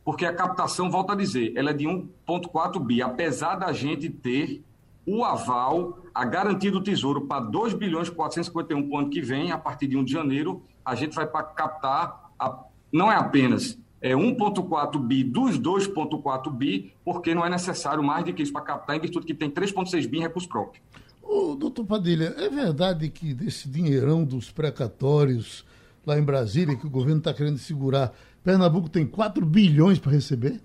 porque a captação, volta a dizer, ela é de um vírgula quatro bi, apesar da gente ter o aval, a garantia do Tesouro para dois bilhões quatrocentos e cinquenta e um para o ano que vem, a partir de um de janeiro, a gente vai para captar, a, não é apenas é, um vírgula quatro bi dos dois vírgula quatro bi, porque não é necessário mais do que isso para captar, em virtude que tem três vírgula seis bi em recurso próprio. Ô, doutor Padilha, é verdade que desse dinheirão dos precatórios lá em Brasília, que o governo está querendo segurar, Pernambuco tem quatro bilhões para receber?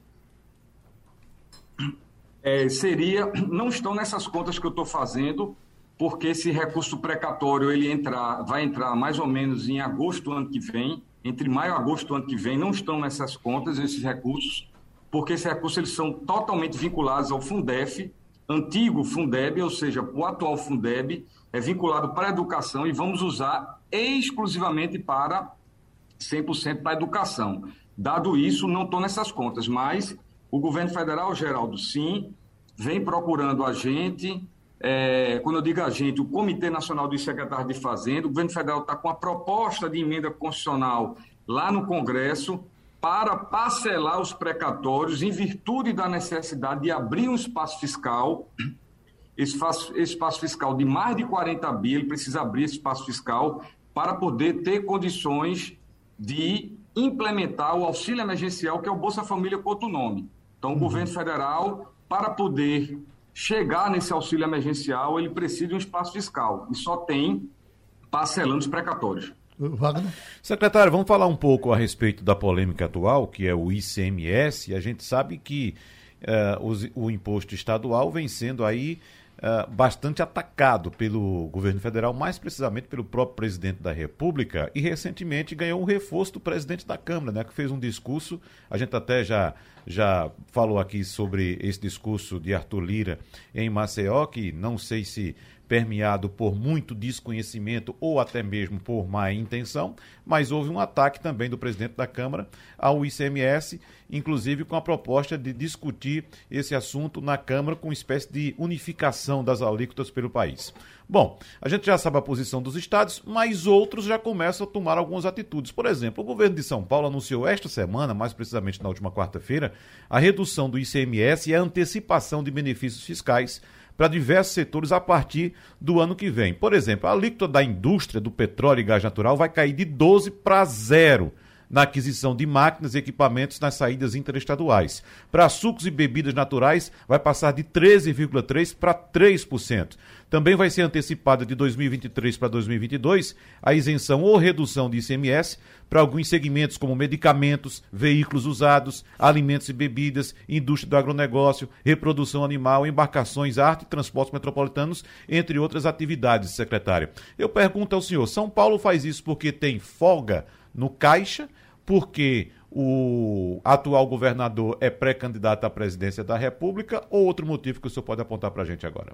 É, seria, não estão nessas contas que eu estou fazendo, porque esse recurso precatório ele entrar, vai entrar mais ou menos em agosto do ano que vem, entre maio e agosto do ano que vem, não estão nessas contas esses recursos, porque esses recursos eles são totalmente vinculados ao Fundef, antigo Fundeb, ou seja, o atual Fundeb, é vinculado para a educação e vamos usar exclusivamente para cem por cento para a educação. Dado isso, não estou nessas contas, mas o governo federal, Geraldo, sim, vem procurando a gente, é, quando eu digo a gente, o Comitê Nacional dos Secretários de Fazenda, o governo federal está com a proposta de emenda constitucional lá no Congresso para parcelar os precatórios em virtude da necessidade de abrir um espaço fiscal, esse espaço, esse espaço fiscal de mais de quarenta bi, ele precisa abrir esse espaço fiscal para poder ter condições de implementar o auxílio emergencial, que é o Bolsa Família com outro nome. Então, o uhum. governo federal, para poder chegar nesse auxílio emergencial, ele precisa de um espaço fiscal, e só tem parcelando os precatórios. Wagner? Secretário, vamos falar um pouco a respeito da polêmica atual, que é o I C M S. A gente sabe que uh, os, o imposto estadual vem sendo aí uh, bastante atacado pelo governo federal, mais precisamente pelo próprio presidente da República, e recentemente ganhou um reforço do presidente da Câmara, né, que fez um discurso. A gente até já, já falou aqui sobre esse discurso de Arthur Lira em Maceió, que não sei se permeado por muito desconhecimento ou até mesmo por má intenção, mas houve um ataque também do presidente da Câmara ao I C M S, inclusive com a proposta de discutir esse assunto na Câmara com uma espécie de unificação das alíquotas pelo país. Bom, a gente já sabe a posição dos estados, mas outros já começam a tomar algumas atitudes. Por exemplo, o governo de São Paulo anunciou esta semana, mais precisamente na última quarta-feira, a redução do I C M S e a antecipação de benefícios fiscais para diversos setores a partir do ano que vem. Por exemplo, a alíquota da indústria do petróleo e gás natural vai cair de doze para zero na aquisição de máquinas e equipamentos nas saídas interestaduais. Para sucos e bebidas naturais, vai passar de treze vírgula três por cento para três por cento. Também vai ser antecipada de dois mil e vinte e três para dois mil e vinte e dois a isenção ou redução de I C M S para alguns segmentos como medicamentos, veículos usados, alimentos e bebidas, indústria do agronegócio, reprodução animal, embarcações, arte e transportes metropolitanos, entre outras atividades, secretário. Eu pergunto ao senhor, São Paulo faz isso porque tem folga no caixa, porque o atual governador é pré-candidato à presidência da República, ou outro motivo que o senhor pode apontar para a gente agora?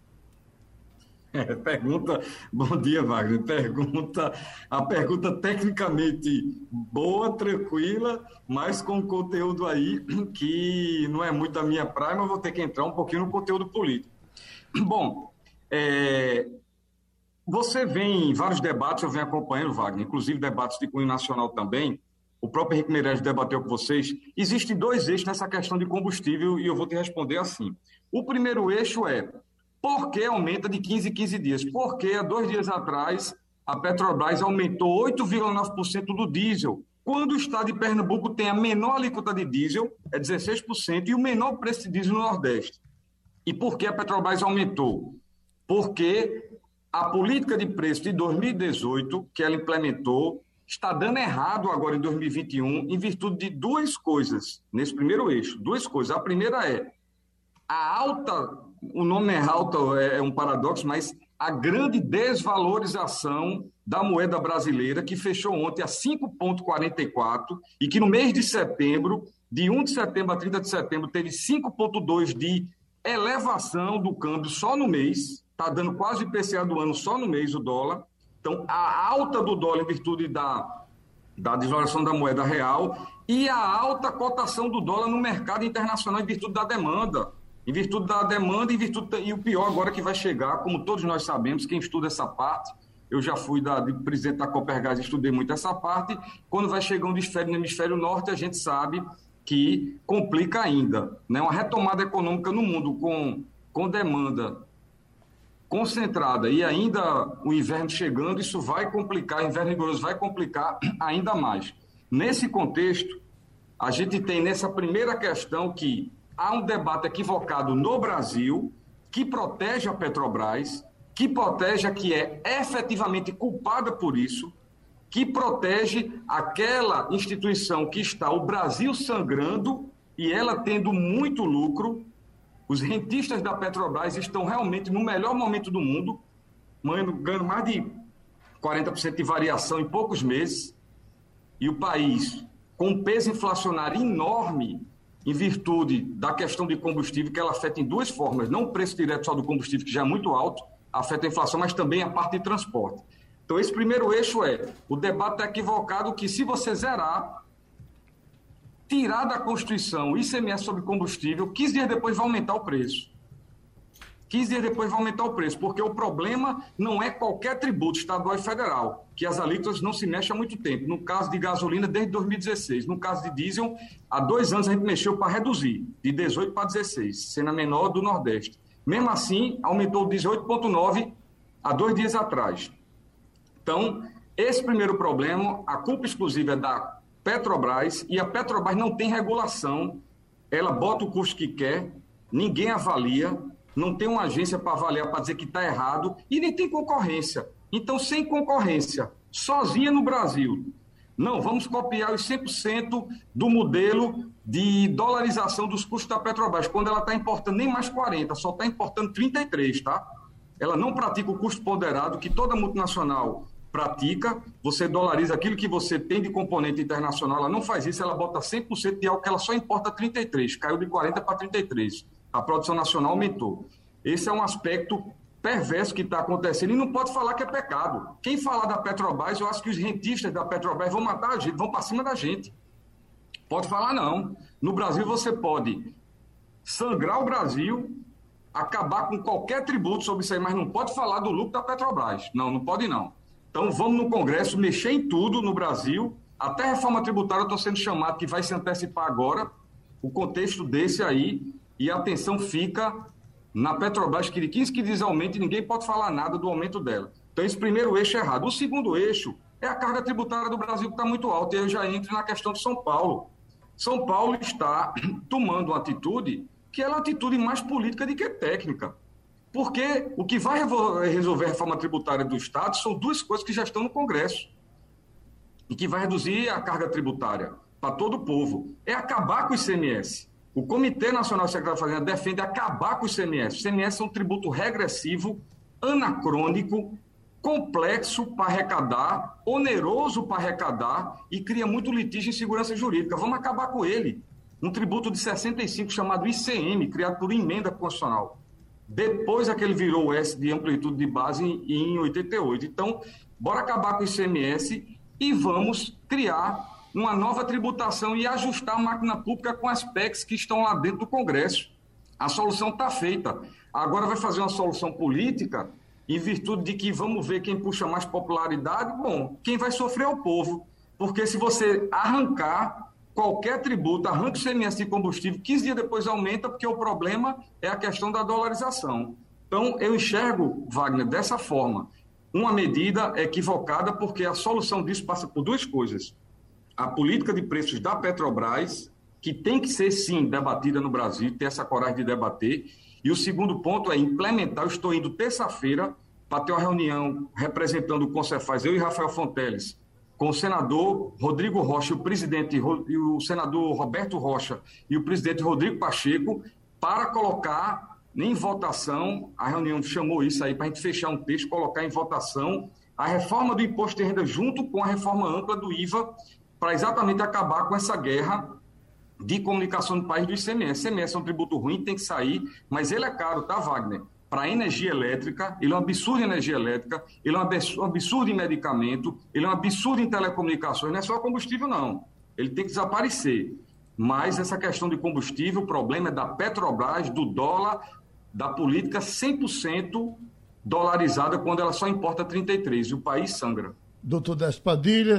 É, pergunta, bom dia, Wagner, pergunta, a pergunta tecnicamente boa, tranquila, mas com conteúdo aí que não é muito da minha praia, mas vou ter que entrar um pouquinho no conteúdo político. Bom, é, você vem em vários debates, eu venho acompanhando, Wagner, inclusive debates de cunho nacional também, o próprio Henrique Meirelles debateu com vocês, existem dois eixos nessa questão de combustível e eu vou te responder assim. O primeiro eixo é: por que aumenta de quinze em quinze dias? Porque há dois dias atrás a Petrobras aumentou oito vírgula nove por cento do diesel, quando o estado de Pernambuco tem a menor alíquota de diesel, é dezesseis por cento, e o menor preço de diesel no Nordeste. E por que a Petrobras aumentou? Porque a política de preço de dois mil e dezoito, que ela implementou, está dando errado agora em dois mil e vinte e um, em virtude de duas coisas, nesse primeiro eixo, duas coisas. A primeira é a alta... O nome é alto, é um paradoxo, mas a grande desvalorização da moeda brasileira, que fechou ontem a cinco vírgula quarenta e quatro e que no mês de setembro, de primeiro de setembro a trinta de setembro, teve cinco vírgula dois de elevação do câmbio só no mês, está dando quase o I P C A do ano só no mês o dólar. Então, a alta do dólar em virtude da, da desvalorização da moeda real e a alta cotação do dólar no mercado internacional em virtude da demanda. Em virtude da demanda, em virtude, e o pior agora que vai chegar, como todos nós sabemos, quem estuda essa parte, eu já fui da, de presidente da Copergás e estudei muito essa parte, quando vai chegando de hemisfério no hemisfério norte, a gente sabe que complica ainda, né? Uma retomada econômica no mundo com, com demanda concentrada e ainda o inverno chegando, isso vai complicar, inverno rigoroso vai complicar ainda mais. Nesse contexto, a gente tem nessa primeira questão que há um debate equivocado no Brasil que protege a Petrobras, que protege a que é efetivamente culpada por isso, que protege aquela instituição que está o Brasil sangrando e ela tendo muito lucro. Os rentistas da Petrobras estão realmente no melhor momento do mundo, ganhando mais de quarenta por cento de variação em poucos meses, e o país com um peso inflacionário enorme em virtude da questão de combustível, que ela afeta em duas formas, não o preço direto só do combustível, que já é muito alto, afeta a inflação, mas também a parte de transporte. Então, esse primeiro eixo é, o debate é equivocado que se você zerar, tirar da Constituição o I C M S sobre combustível, quinze dias depois vai aumentar o preço. quinze dias depois vai aumentar o preço, porque o problema não é qualquer tributo estadual e federal, que as alíquotas não se mexem há muito tempo. No caso de gasolina, desde dois mil e dezesseis. No caso de diesel, há dois anos a gente mexeu para reduzir, de dezoito para dezesseis, sendo a menor do Nordeste. Mesmo assim, aumentou dezoito vírgula nove há dois dias atrás. Então, esse primeiro problema, a culpa exclusiva é da Petrobras, e a Petrobras não tem regulação, ela bota o custo que quer, ninguém avalia, não tem uma agência para avaliar, para dizer que está errado, e nem tem concorrência. Então, sem concorrência, sozinha no Brasil, não, vamos copiar os cem por cento do modelo de dolarização dos custos da Petrobras, quando ela está importando nem mais quarenta, só está importando trinta e três, tá? Ela não pratica o custo ponderado que toda multinacional pratica, você dolariza aquilo que você tem de componente internacional, ela não faz isso, ela bota cem por cento de algo que ela só importa trinta e três, caiu de quarenta para trinta e três, a produção nacional aumentou. Esse é um aspecto perverso que está acontecendo e não pode falar que é pecado. Quem falar da Petrobras, eu acho que os rentistas da Petrobras vão matar a gente, vão para cima da gente. Pode falar não. No Brasil você pode sangrar o Brasil, acabar com qualquer tributo sobre isso aí, mas não pode falar do lucro da Petrobras. Não, não pode não. Então vamos no Congresso mexer em tudo no Brasil, até a reforma tributária eu estou sendo chamado, que vai se antecipar agora, o contexto desse aí, e a atenção fica na Petrobras, que de quinze que diz aumento e ninguém pode falar nada do aumento dela. Então esse primeiro eixo é errado. O segundo eixo é a carga tributária do Brasil, que está muito alta, e eu já entro na questão de São Paulo. São Paulo está tomando uma atitude que é uma atitude mais política do que técnica. Porque o que vai resolver a reforma tributária do Estado são duas coisas que já estão no Congresso e que vai reduzir a carga tributária para todo o povo. É acabar com o I C M S. O Comitê Nacional de Secretário da Fazenda defende acabar com o I C M S. O I C M S é um tributo regressivo, anacrônico, complexo para arrecadar, oneroso para arrecadar e cria muito litígio em segurança jurídica. Vamos acabar com ele. Um tributo de sessenta e cinco chamado I C M, criado por emenda constitucional. Depois é que ele virou o S de amplitude de base em oitenta e oito. Então, bora acabar com o I C M S e vamos criar uma nova tributação e ajustar a máquina pública com as P E Cs que estão lá dentro do Congresso. A solução está feita. Agora vai fazer uma solução política em virtude de que vamos ver quem puxa mais popularidade. Bom, quem vai sofrer é o povo. Porque se você arrancar qualquer tributo, arranca o I C M S de combustível, quinze dias depois aumenta, porque o problema é a questão da dolarização. Então, eu enxergo, Wagner, dessa forma, uma medida equivocada, porque a solução disso passa por duas coisas. A política de preços da Petrobras, que tem que ser, sim, debatida no Brasil, ter essa coragem de debater. E o segundo ponto é implementar. Eu estou indo terça-feira para ter uma reunião representando o Concefaz, eu e Rafael Fonteles, com o senador Rodrigo Rocha, o presidente, e o senador Roberto Rocha e o presidente Rodrigo Pacheco, para colocar em votação, a reunião chamou isso aí, para a gente fechar um texto, colocar em votação a reforma do imposto de renda junto com a reforma ampla do I V A, para exatamente acabar com essa guerra de comunicação no país do I C M S. O I C M S é um tributo ruim, tem que sair, mas ele é caro, tá, Wagner? Para a energia elétrica, ele é um absurdo em energia elétrica, ele é um absurdo em medicamento, ele é um absurdo em telecomunicações, não é só combustível, não. Ele tem que desaparecer. Mas essa questão de combustível, o problema é da Petrobras, do dólar, da política cem por cento dolarizada, quando ela só importa trinta e três, e o país sangra. Doutor Décio Padilha,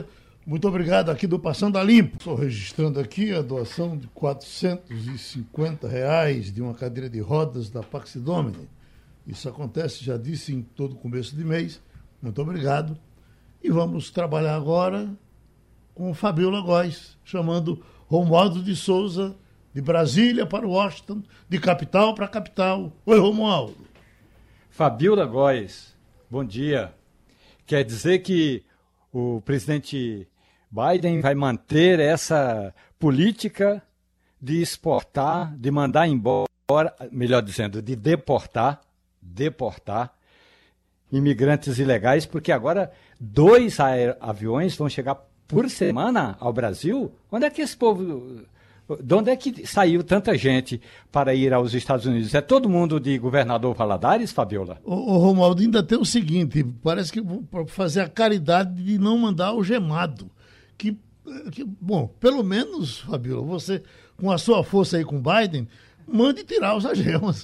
Muito obrigado aqui do Passando a Limpo. Estou registrando aqui a doação de quatrocentos e cinquenta reais de uma cadeira de rodas da Pax Domini. Isso acontece, já disse, em todo começo de mês. Muito obrigado. E vamos trabalhar agora com Fabiola Góes, chamando Romualdo de Souza, de Brasília para Washington, de capital para capital. Oi, Romualdo. Fabiola Góes, bom dia. Quer dizer que o presidente Biden vai manter essa política de exportar, de mandar embora, melhor dizendo, de deportar, deportar imigrantes ilegais, porque agora dois aviões vão chegar por semana ao Brasil? Onde é que esse povo... De onde é que saiu tanta gente para ir aos Estados Unidos? É todo mundo de Governador Valadares, Fabiola? O, o Romualdo, ainda tem o seguinte, parece que para fazer a caridade de não mandar algemado. Que, que, bom, pelo menos, Fabiola, você, com a sua força aí com Biden, mande tirar os algemas.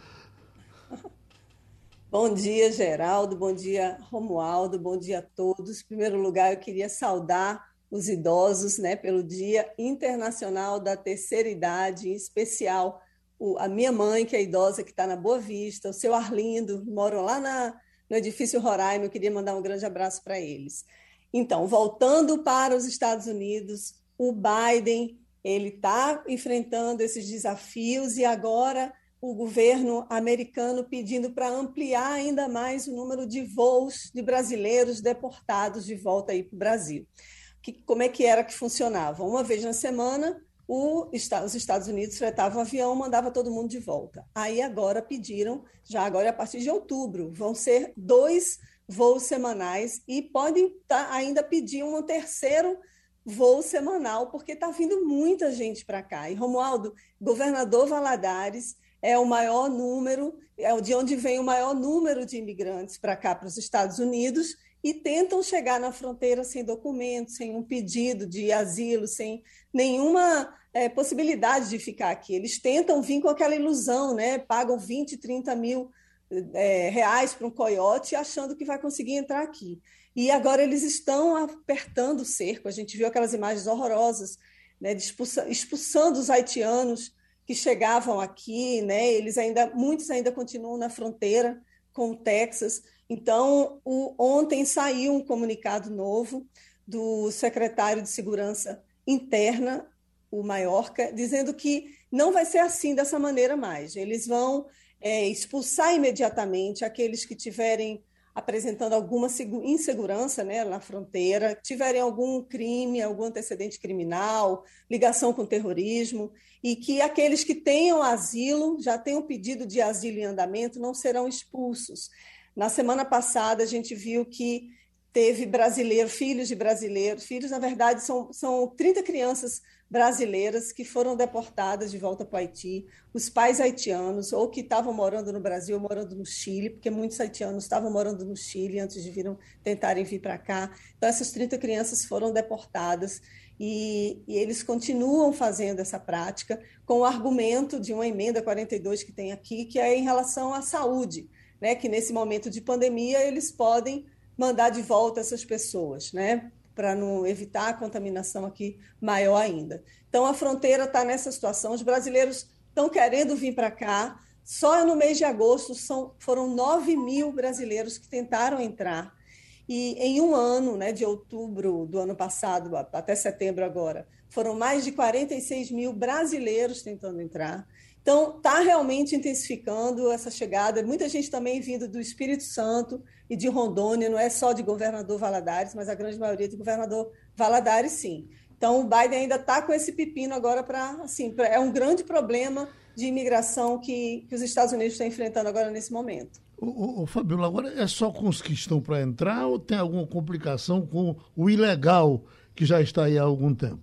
Bom dia, Geraldo, bom dia, Romualdo, bom dia a todos. Em primeiro lugar, eu queria saudar os idosos, né, pelo Dia Internacional da Terceira Idade, em especial o, a minha mãe, que é idosa, que está na Boa Vista, o seu Arlindo, moram lá na, no edifício Roraima, eu queria mandar um grande abraço para eles. Então, voltando para os Estados Unidos, o Biden ele está enfrentando esses desafios e agora o governo americano pedindo para ampliar ainda mais o número de voos de brasileiros deportados de volta aí para o Brasil. Que, como é que era que funcionava? Uma vez na semana, o, os Estados Unidos fretavam o avião, mandava todo mundo de volta. Aí agora pediram, já agora a partir de outubro, vão ser dois voos semanais e podem tá, ainda pedir um terceiro voo semanal, porque está vindo muita gente para cá. E, Romualdo, governador Valadares é o maior número, é de onde vem o maior número de imigrantes para cá, para os Estados Unidos, e tentam chegar na fronteira sem documento, sem um pedido de asilo, sem nenhuma é, possibilidade de ficar aqui. Eles tentam vir com aquela ilusão, né? Pagam vinte, trinta mil é, reais para um coiote, achando que vai conseguir entrar aqui. E agora eles estão apertando o cerco. A gente viu aquelas imagens horrorosas, né, de expulsa, expulsando os haitianos que chegavam aqui, né? Eles ainda, muitos ainda continuam na fronteira com o Texas. Então, o, ontem saiu um comunicado novo do secretário de Segurança Interna, o Mayorkas, dizendo que não vai ser assim, dessa maneira mais. Eles vão é, expulsar imediatamente aqueles que tiverem apresentando alguma insegurança, né, na fronteira, tiverem algum crime, algum antecedente criminal, ligação com terrorismo, e que aqueles que tenham asilo, já tenham pedido de asilo em andamento, não serão expulsos. Na semana passada, a gente viu que teve brasileiro, filhos de brasileiros, filhos, na verdade, são, são trinta crianças brasileiras que foram deportadas de volta para o Haiti, os pais haitianos, ou que estavam morando no Brasil ou morando no Chile, porque muitos haitianos estavam morando no Chile antes de viram, tentarem vir para cá. Então, essas trinta crianças foram deportadas e, e eles continuam fazendo essa prática com o argumento de uma emenda quarenta e dois que tem aqui, que é em relação à saúde, né, que nesse momento de pandemia eles podem mandar de volta essas pessoas, né, para não evitar a contaminação aqui maior ainda. Então, a fronteira está nessa situação, os brasileiros estão querendo vir para cá, só no mês de agosto são, foram nove mil brasileiros que tentaram entrar, e em um ano, né, de outubro do ano passado até setembro agora, foram mais de quarenta e seis mil brasileiros tentando entrar. Então, está realmente intensificando essa chegada. Muita gente também vindo do Espírito Santo e de Rondônia, não é só de governador Valadares, mas a grande maioria de governador Valadares, sim. Então, o Biden ainda está com esse pepino agora para, assim, pra, é um grande problema de imigração que, que os Estados Unidos estão enfrentando agora nesse momento. Ô, ô, Fabiola, agora é só com os que estão para entrar ou tem alguma complicação com o ilegal que já está aí há algum tempo?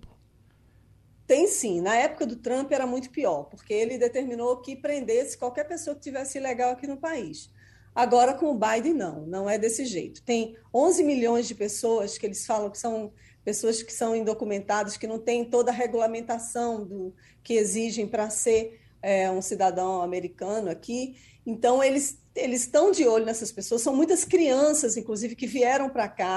Tem sim. Na época do Trump era muito pior, porque ele determinou que prendesse qualquer pessoa que tivesse ilegal aqui no país. Agora, com o Biden, não. Não é desse jeito. Tem onze milhões de pessoas que eles falam que são pessoas que são indocumentadas, que não têm toda a regulamentação do, que exigem para ser é, um cidadão americano aqui. Então, eles, eles estão de olho nessas pessoas. São muitas crianças, inclusive, que vieram para cá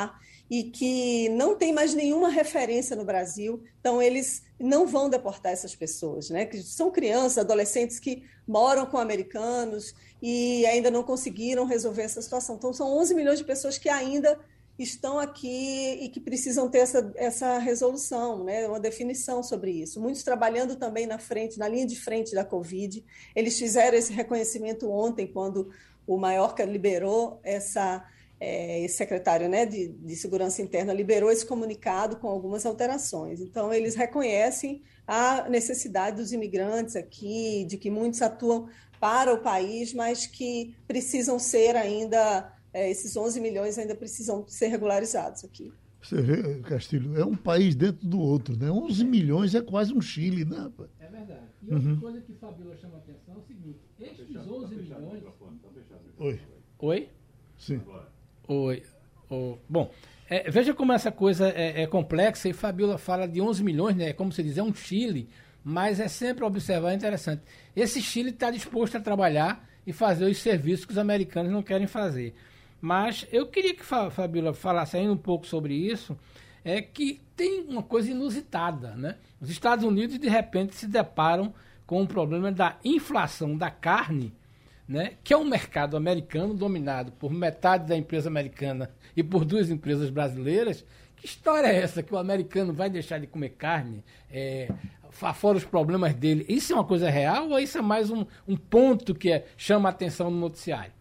e que não tem mais nenhuma referência no Brasil, então eles não vão deportar essas pessoas, né? Que são crianças, adolescentes que moram com americanos e ainda não conseguiram resolver essa situação. Então são onze milhões de pessoas que ainda estão aqui e que precisam ter essa, essa resolução, né? Uma definição sobre isso. Muitos trabalhando também na frente, na linha de frente da Covid. Eles fizeram esse reconhecimento ontem, quando o Mayorkas liberou essa... É, esse secretário, né, de, de Segurança Interna liberou esse comunicado com algumas alterações. Então, eles reconhecem a necessidade dos imigrantes aqui, de que muitos atuam para o país, mas que precisam ser ainda, é, esses onze milhões ainda precisam ser regularizados aqui. Você vê, Castilho, é um país dentro do outro, né? onze milhões é quase um Chile, né? É verdade. E outra uhum. coisa que Fabíola chama a atenção é o seguinte, estes onze milhões... Oi. Oi? Sim. Oi. Oi. Bom, é, veja como essa coisa é, é complexa, e Fabíola fala de onze milhões, né? Como se diz, é um Chile, mas é sempre observar, é interessante. Esse Chile está disposto a trabalhar e fazer os serviços que os americanos não querem fazer. Mas eu queria que a Fabíola falasse ainda um pouco sobre isso, é que tem uma coisa inusitada, né? Os Estados Unidos, de repente, se deparam com o problema da inflação da carne, né? Que é um mercado americano dominado por metade da empresa americana e por duas empresas brasileiras. Que história é essa que o americano vai deixar de comer carne? É, fora os problemas dele. Isso é uma coisa real ou isso é mais um, um ponto que é, chama a atenção no noticiário?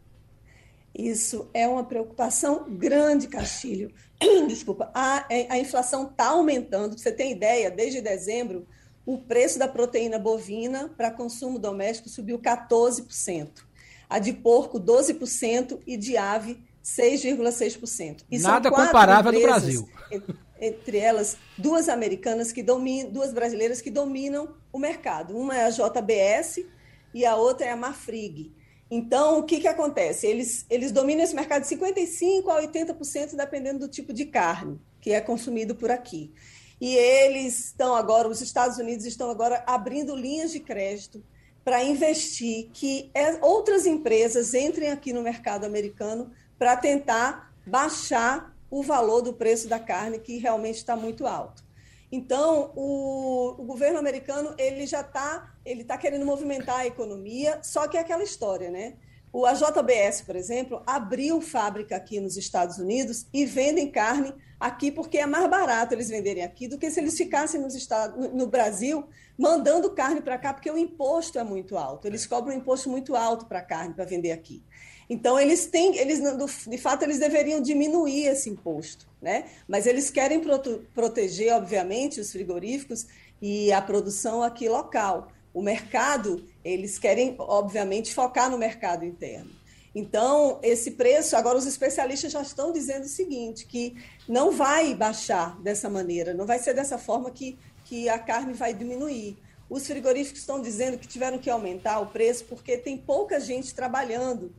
Isso é uma preocupação grande, Castilho. Desculpa, a, a inflação está aumentando. Você tem ideia, desde dezembro, o preço da proteína bovina para consumo doméstico subiu quatorze por cento. A de porco, doze por cento e de ave, seis vírgula seis por cento. E nada comparável no Brasil. Entre elas, duas americanas, que dominam, duas brasileiras que dominam o mercado. Uma é a J B S e a outra é a Marfrig. Então, o que, que acontece? Eles, eles dominam esse mercado de cinquenta e cinco por cento a oitenta por cento, dependendo do tipo de carne que é consumido por aqui. E eles estão agora, os Estados Unidos estão agora abrindo linhas de crédito para investir, que outras empresas entrem aqui no mercado americano para tentar baixar o valor do preço da carne, que realmente está muito alto. Então, o, o governo americano ele já está ele tá querendo movimentar a economia, só que é aquela história, né? O A J B S, por exemplo, abriu fábrica aqui nos Estados Unidos e vendem carne aqui porque é mais barato eles venderem aqui do que se eles ficassem nos Estados, no, no Brasil mandando carne para cá, porque o imposto é muito alto. Eles cobram um imposto muito alto para a carne para vender aqui. Então, eles têm, eles, de fato, eles deveriam diminuir esse imposto, né? Mas eles querem prote- proteger, obviamente, os frigoríficos e a produção aqui local. O mercado, eles querem, obviamente, focar no mercado interno. Então, esse preço, agora os especialistas já estão dizendo o seguinte, que não vai baixar dessa maneira, não vai ser dessa forma que, que a carne vai diminuir. Os frigoríficos estão dizendo que tiveram que aumentar o preço porque tem pouca gente trabalhando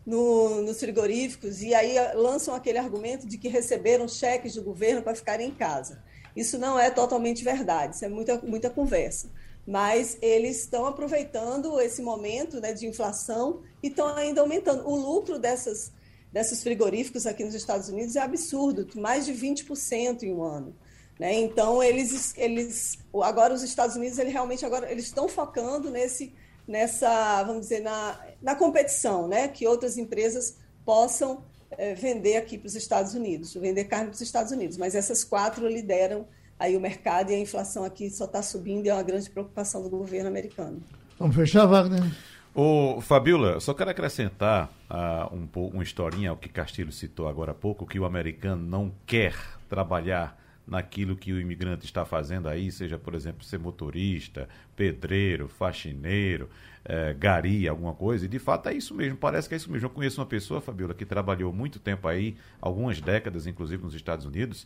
no, nos frigoríficos e aí lançam aquele argumento de que receberam cheques do governo para ficarem em casa. Isso não é totalmente verdade, isso é muita, muita conversa. Mas eles estão aproveitando esse momento, né, de inflação e estão ainda aumentando. O lucro dessas, desses frigoríficos aqui nos Estados Unidos é absurdo, mais de vinte por cento em um ano. Né? Então, eles, eles, agora os Estados Unidos, eles realmente agora, eles estão focando nesse, nessa, vamos dizer, na, na competição, né? Que outras empresas possam é, vender aqui para os Estados Unidos, vender carne para os Estados Unidos. Mas essas quatro lideram aí o mercado e a inflação aqui só está subindo e é uma grande preocupação do governo americano. Vamos fechar, Wagner? Ô, Fabíola, só quero acrescentar uh, um, uma historinha ao que Castilho citou agora há pouco, que o americano não quer trabalhar naquilo que o imigrante está fazendo aí, seja, por exemplo, ser motorista, pedreiro, faxineiro, eh, gari, alguma coisa, e de fato é isso mesmo, parece que é isso mesmo. Eu conheço uma pessoa, Fabíola, que trabalhou muito tempo aí, algumas décadas, inclusive nos Estados Unidos,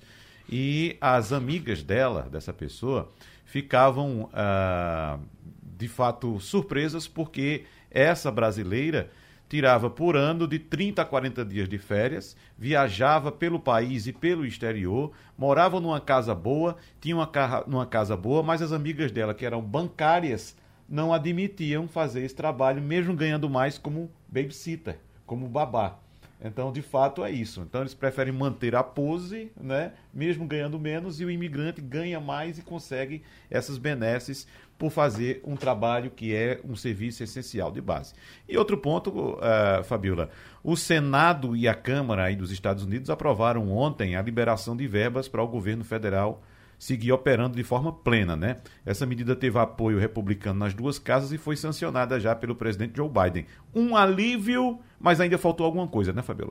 e as amigas dela, dessa pessoa, ficavam, ah, de fato, surpresas porque essa brasileira tirava por ano de trinta a quarenta dias de férias, viajava pelo país e pelo exterior, morava numa casa boa, tinha uma, ca- numa casa boa, mas as amigas dela, que eram bancárias, não admitiam fazer esse trabalho, mesmo ganhando mais como babysitter, como babá. Então, de fato, é isso. Então, eles preferem manter a pose, né, mesmo ganhando menos, e o imigrante ganha mais e consegue essas benesses por fazer um trabalho que é um serviço essencial de base. E outro ponto, uh, Fabiola, o Senado e a Câmara aí dos Estados Unidos aprovaram ontem a liberação de verbas para o governo federal seguir operando de forma plena, né? Essa medida teve apoio republicano nas duas casas e foi sancionada já pelo presidente Joe Biden. Um alívio, mas ainda faltou alguma coisa, né, Fabiola?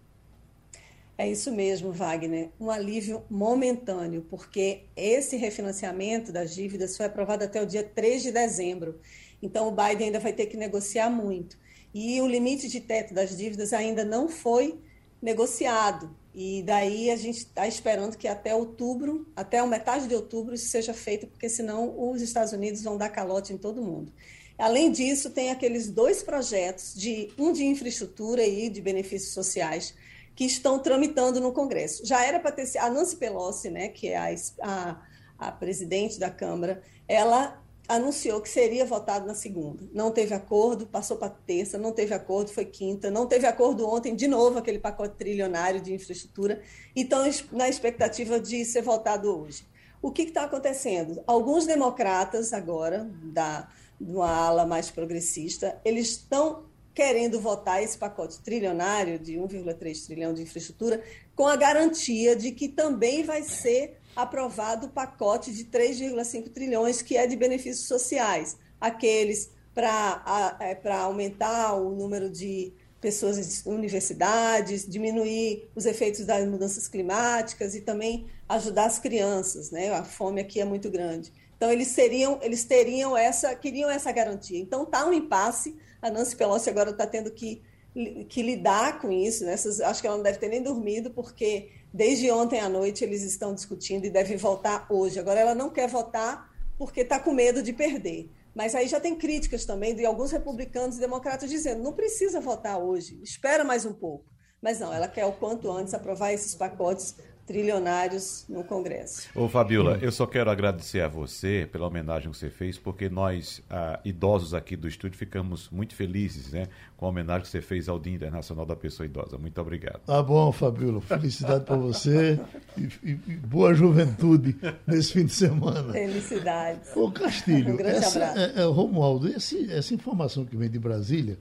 É isso mesmo, Wagner. Um alívio momentâneo, porque esse refinanciamento das dívidas foi aprovado até o dia três de dezembro. Então, o Biden ainda vai ter que negociar muito. E o limite de teto das dívidas ainda não foi negociado. E daí a gente está esperando que até outubro, até a metade de outubro, isso seja feito, porque senão os Estados Unidos vão dar calote em todo mundo. Além disso, tem aqueles dois projetos, de, um de infraestrutura e de benefícios sociais, que estão tramitando no Congresso. Já era para ter sido a Nancy Pelosi, né, que é a, a, a presidente da Câmara, ela anunciou que seria votado na segunda. Não teve acordo, passou para terça, não teve acordo, foi quinta, não teve acordo ontem, de novo, aquele pacote trilionário de infraestrutura, e estão na expectativa de ser votado hoje. O que está acontecendo? Alguns democratas agora, da, de uma ala mais progressista, eles estão querendo votar esse pacote trilionário de um vírgula três trilhão de infraestrutura com a garantia de que também vai ser aprovado o pacote de três vírgula cinco trilhões, que é de benefícios sociais, aqueles para para aumentar o número de pessoas em universidades, diminuir os efeitos das mudanças climáticas e também ajudar as crianças, né? A fome aqui é muito grande. Então, eles seriam, eles teriam essa, queriam essa garantia. Então, está um impasse. A Nancy Pelosi agora está tendo que, que lidar com isso. Né? Essas, acho que ela não deve ter nem dormido, porque desde ontem à noite eles estão discutindo e devem votar hoje. Agora, ela não quer votar porque está com medo de perder. Mas aí já tem críticas também de alguns republicanos e democratas dizendo não precisa votar hoje, espera mais um pouco. Mas não, ela quer o quanto antes aprovar esses pacotes trilionários no Congresso. Ô Fabiola, eu só quero agradecer a você pela homenagem que você fez, porque nós, ah, idosos aqui do estúdio, ficamos muito felizes, né, com a homenagem que você fez ao Dia Internacional da Pessoa Idosa. Muito obrigado. Tá bom, Fabiola. Felicidade para você e, e, e boa juventude nesse fim de semana. Felicidades. Ô Castilho, um grande essa, abraço. É, é, Romualdo, esse, essa informação que vem de Brasília,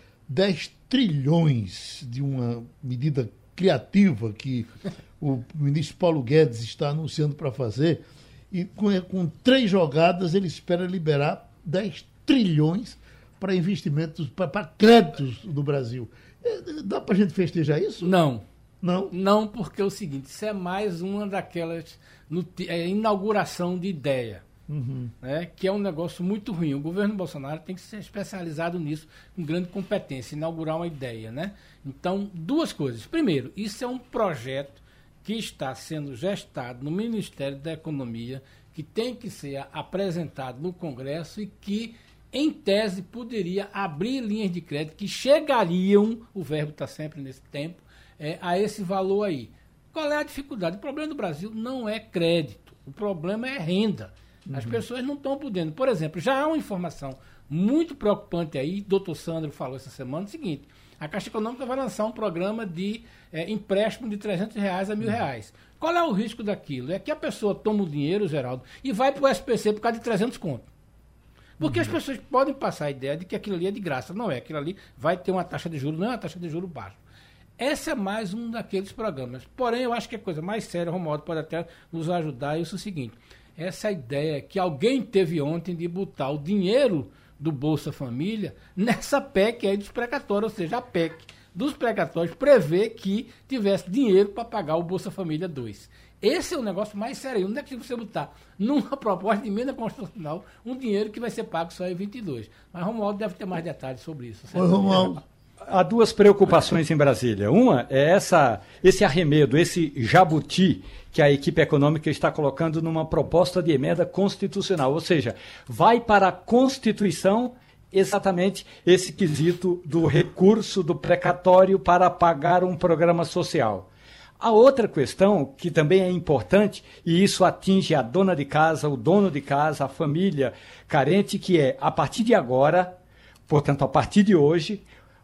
dez trilhões de uma medida criativa que o ministro Paulo Guedes está anunciando para fazer, e com, com três jogadas ele espera liberar dez trilhões para investimentos, para créditos do Brasil. Dá para a gente festejar isso? Não. Não? Não, porque é o seguinte, isso é mais uma daquelas é, inauguração de ideia. Uhum. Né, que é um negócio muito ruim. O governo Bolsonaro tem que ser especializado nisso, com grande competência, inaugurar uma ideia. Né? Então, duas coisas. Primeiro, isso é um projeto que está sendo gestado no Ministério da Economia, que tem que ser apresentado no Congresso e que, em tese, poderia abrir linhas de crédito que chegariam, o verbo está sempre nesse tempo, é, a esse valor aí. Qual é a dificuldade? O problema do Brasil não é crédito, o problema é renda. As uhum. pessoas não estão podendo. Por exemplo, já há uma informação muito preocupante aí, o doutor Sandro falou essa semana, o seguinte, a Caixa Econômica vai lançar um programa de é, empréstimo de trezentos reais a mil reais. Qual é o risco daquilo? É que a pessoa toma o dinheiro, Geraldo, e vai para o S P C por causa de trezentos conto. Porque uhum. as pessoas podem passar a ideia de que aquilo ali é de graça. Não é, aquilo ali vai ter uma taxa de juros, não é uma taxa de juros baixa. Esse é mais um daqueles programas. Porém, eu acho que a coisa mais séria, o Romualdo pode até nos ajudar, é isso o seguinte, essa ideia que alguém teve ontem de botar o dinheiro do Bolsa Família nessa P E C aí dos precatórios, ou seja, a P E C dos precatórios prevê que tivesse dinheiro para pagar o Bolsa Família dois. Esse é o negócio mais sério. Onde é que você botar numa proposta de emenda constitucional um dinheiro que vai ser pago só em vinte e dois? Mas Romualdo deve ter mais detalhes sobre isso. Oi, Romualdo. Há duas preocupações em Brasília. Uma é essa, esse arremedo, esse jabuti que a equipe econômica está colocando numa proposta de emenda constitucional. Ou seja, vai para a Constituição exatamente esse quesito do recurso do precatório para pagar um programa social. A outra questão, que também é importante, e isso atinge a dona de casa, o dono de casa, a família carente, que é, a partir de agora, portanto, a partir de hoje,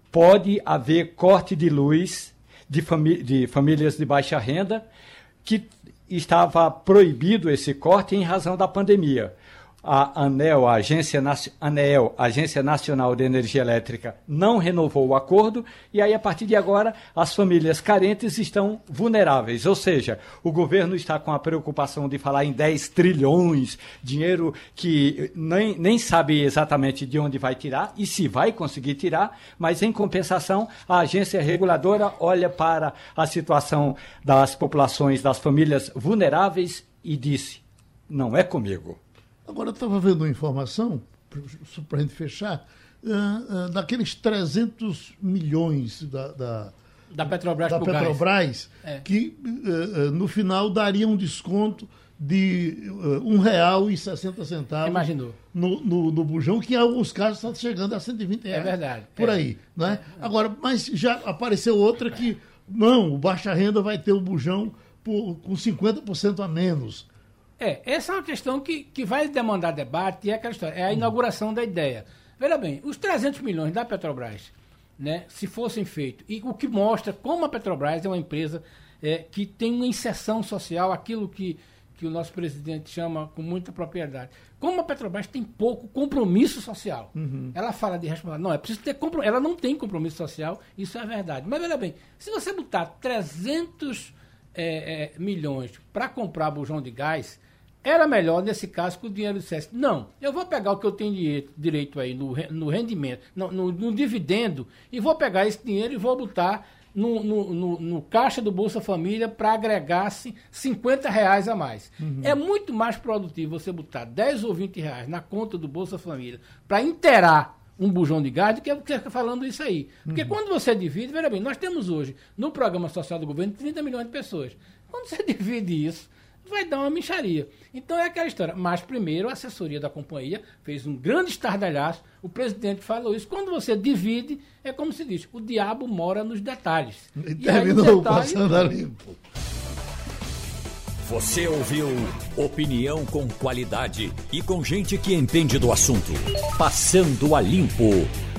pode haver corte de luz de, famí- de famílias de baixa renda, que estava proibido esse corte em razão da pandemia. A ANEEL, a Agência, ANEEL, Agência Nacional de Energia Elétrica, não renovou o acordo, e aí, a partir de agora, as famílias carentes estão vulneráveis. Ou seja, o governo está com a preocupação de falar em dez trilhões, dinheiro que nem, nem sabe exatamente de onde vai tirar e se vai conseguir tirar, mas, em compensação, a agência reguladora olha para a situação das populações, das famílias vulneráveis e disse: não é comigo. Agora, eu estava vendo uma informação, para a gente fechar, uh, uh, daqueles trezentos milhões da, da, da Petrobras, da Petrobras é. que uh, uh, no final daria um desconto de uh, um real e sessenta centavos. Imaginou. No, no, no bujão, que em alguns casos está chegando a cento e vinte reais. É verdade. Por é. aí. Não é? É. Agora, mas já apareceu outra que, não, o baixa renda vai ter o bujão por, com cinquenta por cento a menos. É, essa é uma questão que, que vai demandar debate, e é aquela história, é a inauguração da ideia. Veja bem, os trezentos milhões da Petrobras, né, se fossem feitos, e o que mostra como a Petrobras é uma empresa é, que tem uma inserção social, aquilo que, que o nosso presidente chama com muita propriedade. Como a Petrobras tem pouco compromisso social. Uhum. Ela fala de responsabilidade. Não, é preciso ter compromisso. Ela não tem compromisso social, isso é verdade. Mas veja bem, se você botar trezentos é, é, milhões para comprar bujão de gás, era melhor, nesse caso, que o dinheiro dissesse: não, eu vou pegar o que eu tenho direito, direito aí no, no rendimento, no, no, no dividendo, e vou pegar esse dinheiro e vou botar no, no, no, no caixa do Bolsa Família para agregar-se cinquenta reais a mais. Uhum. É muito mais produtivo você botar dez ou vinte reais na conta do Bolsa Família para inteirar um bujão de gás do que você fica falando isso aí. Porque uhum. quando você divide, veja bem, nós temos hoje, no Programa Social do Governo, trinta milhões de pessoas. Quando você divide isso, vai dar uma mixaria. Então é aquela história. Mas primeiro a assessoria da companhia fez um grande estardalhaço, o presidente falou isso. Quando você divide, é como se diz, o diabo mora nos detalhes. E, e terminou detalhe... Passando a Limpo. Você ouviu opinião com qualidade e com gente que entende do assunto. Passando a Limpo.